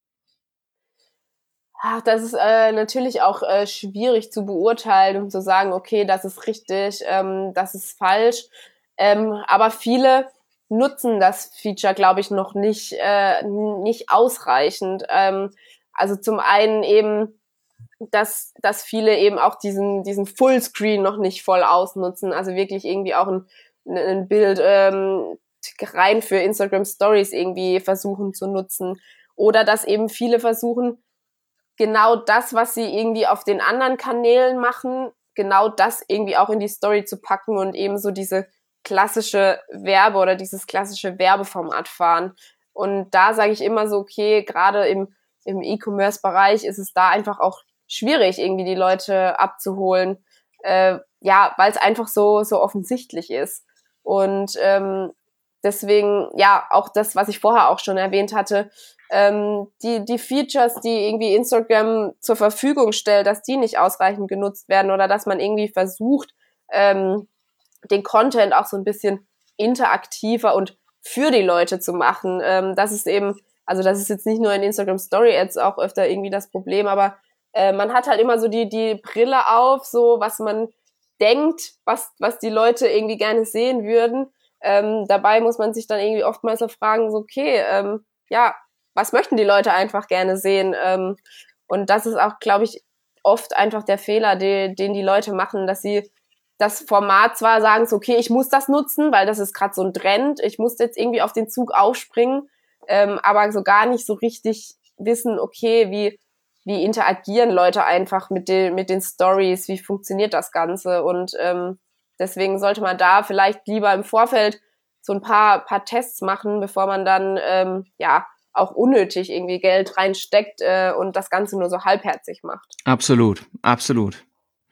Ach, das ist äh, natürlich auch äh, schwierig zu beurteilen und zu sagen, okay, das ist richtig, ähm, das ist falsch. Ähm, aber viele nutzen das Feature, glaube ich, noch nicht äh, nicht ausreichend. Ähm, also zum einen eben, dass dass viele eben auch diesen diesen Fullscreen noch nicht voll ausnutzen, also wirklich irgendwie auch ein, ein Bild ähm, rein für Instagram Stories irgendwie versuchen zu nutzen. Oder dass eben viele versuchen, genau das, was sie irgendwie auf den anderen Kanälen machen, genau das irgendwie auch in die Story zu packen und eben so diese klassische Werbe oder dieses klassische Werbeformat fahren. Und da sage ich immer so, okay, gerade im, im E-Commerce-Bereich ist es da einfach auch schwierig, irgendwie die Leute abzuholen, äh, ja, weil es einfach so, so offensichtlich ist. Und ähm, deswegen, ja, auch das, was ich vorher auch schon erwähnt hatte, ähm, die, die Features, die irgendwie Instagram zur Verfügung stellt, dass die nicht ausreichend genutzt werden oder dass man irgendwie versucht, ähm, den Content auch so ein bisschen interaktiver und für die Leute zu machen. Ähm, das ist eben, also das ist jetzt nicht nur in Instagram Story Ads auch öfter irgendwie das Problem, aber äh, man hat halt immer so die, die Brille auf, so was man denkt, was, was die Leute irgendwie gerne sehen würden. Ähm, dabei muss man sich dann irgendwie oftmals so fragen, so, okay, ähm, ja, was möchten die Leute einfach gerne sehen? Ähm, und das ist auch, glaube ich, oft einfach der Fehler, die, den die Leute machen, dass sie das Format zwar sagen, so, okay, ich muss das nutzen, weil das ist gerade so ein Trend, ich muss jetzt irgendwie auf den Zug aufspringen, ähm, aber so gar nicht so richtig wissen, okay, wie, wie interagieren Leute einfach mit den, mit den Stories, wie funktioniert das Ganze und ähm, deswegen sollte man da vielleicht lieber im Vorfeld so ein paar, paar Tests machen, bevor man dann, ähm, ja, auch unnötig irgendwie Geld reinsteckt äh, und das Ganze nur so halbherzig macht. Absolut, absolut.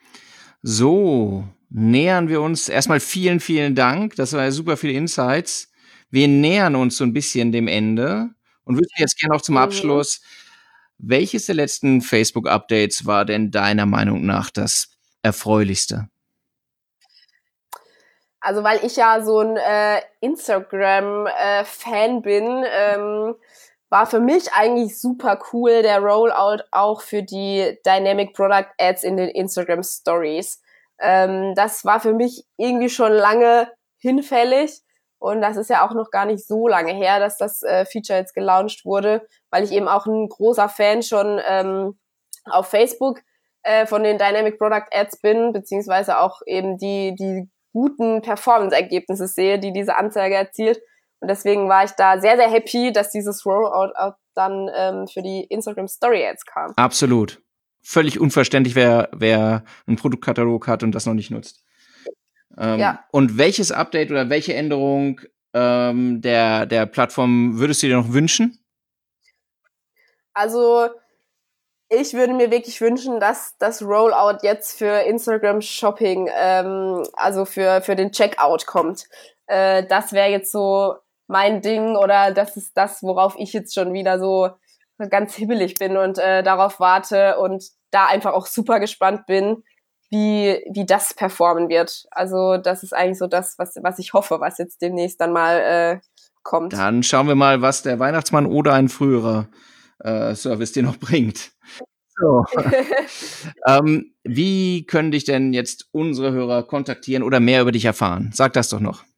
So, nähern wir uns. Erstmal vielen, vielen Dank. Das war super viele Insights. Wir nähern uns so ein bisschen dem Ende und würde jetzt gerne noch zum Mhm. Abschluss, welches der letzten Facebook-Updates war denn deiner Meinung nach das erfreulichste? Also weil ich ja so ein äh, Instagram-Fan äh, bin, ähm, war für mich eigentlich super cool der Rollout auch für die Dynamic Product Ads in den Instagram Stories. Ähm, das war für mich irgendwie schon lange hinfällig und das ist ja auch noch gar nicht so lange her, dass das äh, Feature jetzt gelauncht wurde, weil ich eben auch ein großer Fan schon ähm, auf Facebook äh, von den Dynamic Product Ads bin, beziehungsweise auch eben die, die guten Performance-Ergebnisse sehe, die diese Anzeige erzielt. Und deswegen war ich da sehr, sehr happy, dass dieses Rollout auch dann ähm, für die Instagram Story Ads kam. Absolut. Völlig unverständlich, wer, wer einen Produktkatalog hat und das noch nicht nutzt. Ähm, ja. Und welches Update oder welche Änderung ähm, der, der Plattform würdest du dir noch wünschen? Also ich würde mir wirklich wünschen, dass das Rollout jetzt für Instagram Shopping, ähm, also für, für den Checkout kommt. Äh, das wäre jetzt so mein Ding oder das ist das, worauf ich jetzt schon wieder so ganz hibbelig bin und äh, darauf warte und da einfach auch super gespannt bin, wie, wie das performen wird. Also das ist eigentlich so das, was, was ich hoffe, was jetzt demnächst dann mal äh, kommt. Dann schauen wir mal, was der Weihnachtsmann oder ein früherer äh, Service dir noch bringt. So. ähm, wie können dich denn jetzt unsere Hörer kontaktieren oder mehr über dich erfahren? Sag das doch noch.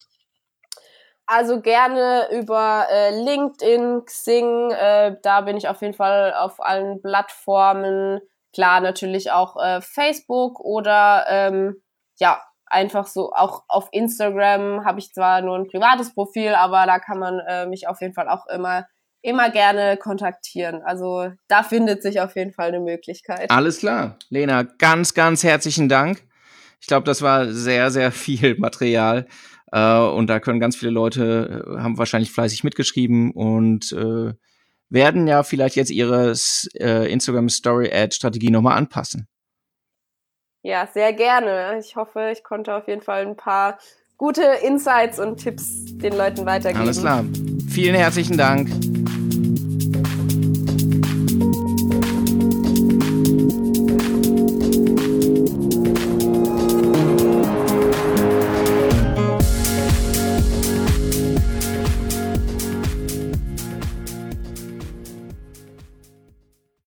Also gerne über äh, LinkedIn, Xing, äh, da bin ich auf jeden Fall auf allen Plattformen. Klar, natürlich auch äh, Facebook oder ähm, ja, einfach so, auch auf Instagram habe ich zwar nur ein privates Profil, aber da kann man äh, mich auf jeden Fall auch immer immer gerne kontaktieren. Also da findet sich auf jeden Fall eine Möglichkeit. Alles klar. Lena, ganz, ganz herzlichen Dank. Ich glaube, das war sehr, sehr viel Material. Äh, und da können ganz viele Leute, äh, haben wahrscheinlich fleißig mitgeschrieben und äh, werden ja vielleicht jetzt ihre äh, Instagram-Story-Ad-Strategie nochmal anpassen. Ja, sehr gerne. Ich hoffe, ich konnte auf jeden Fall ein paar gute Insights und Tipps den Leuten weitergeben. Alles klar. Vielen herzlichen Dank.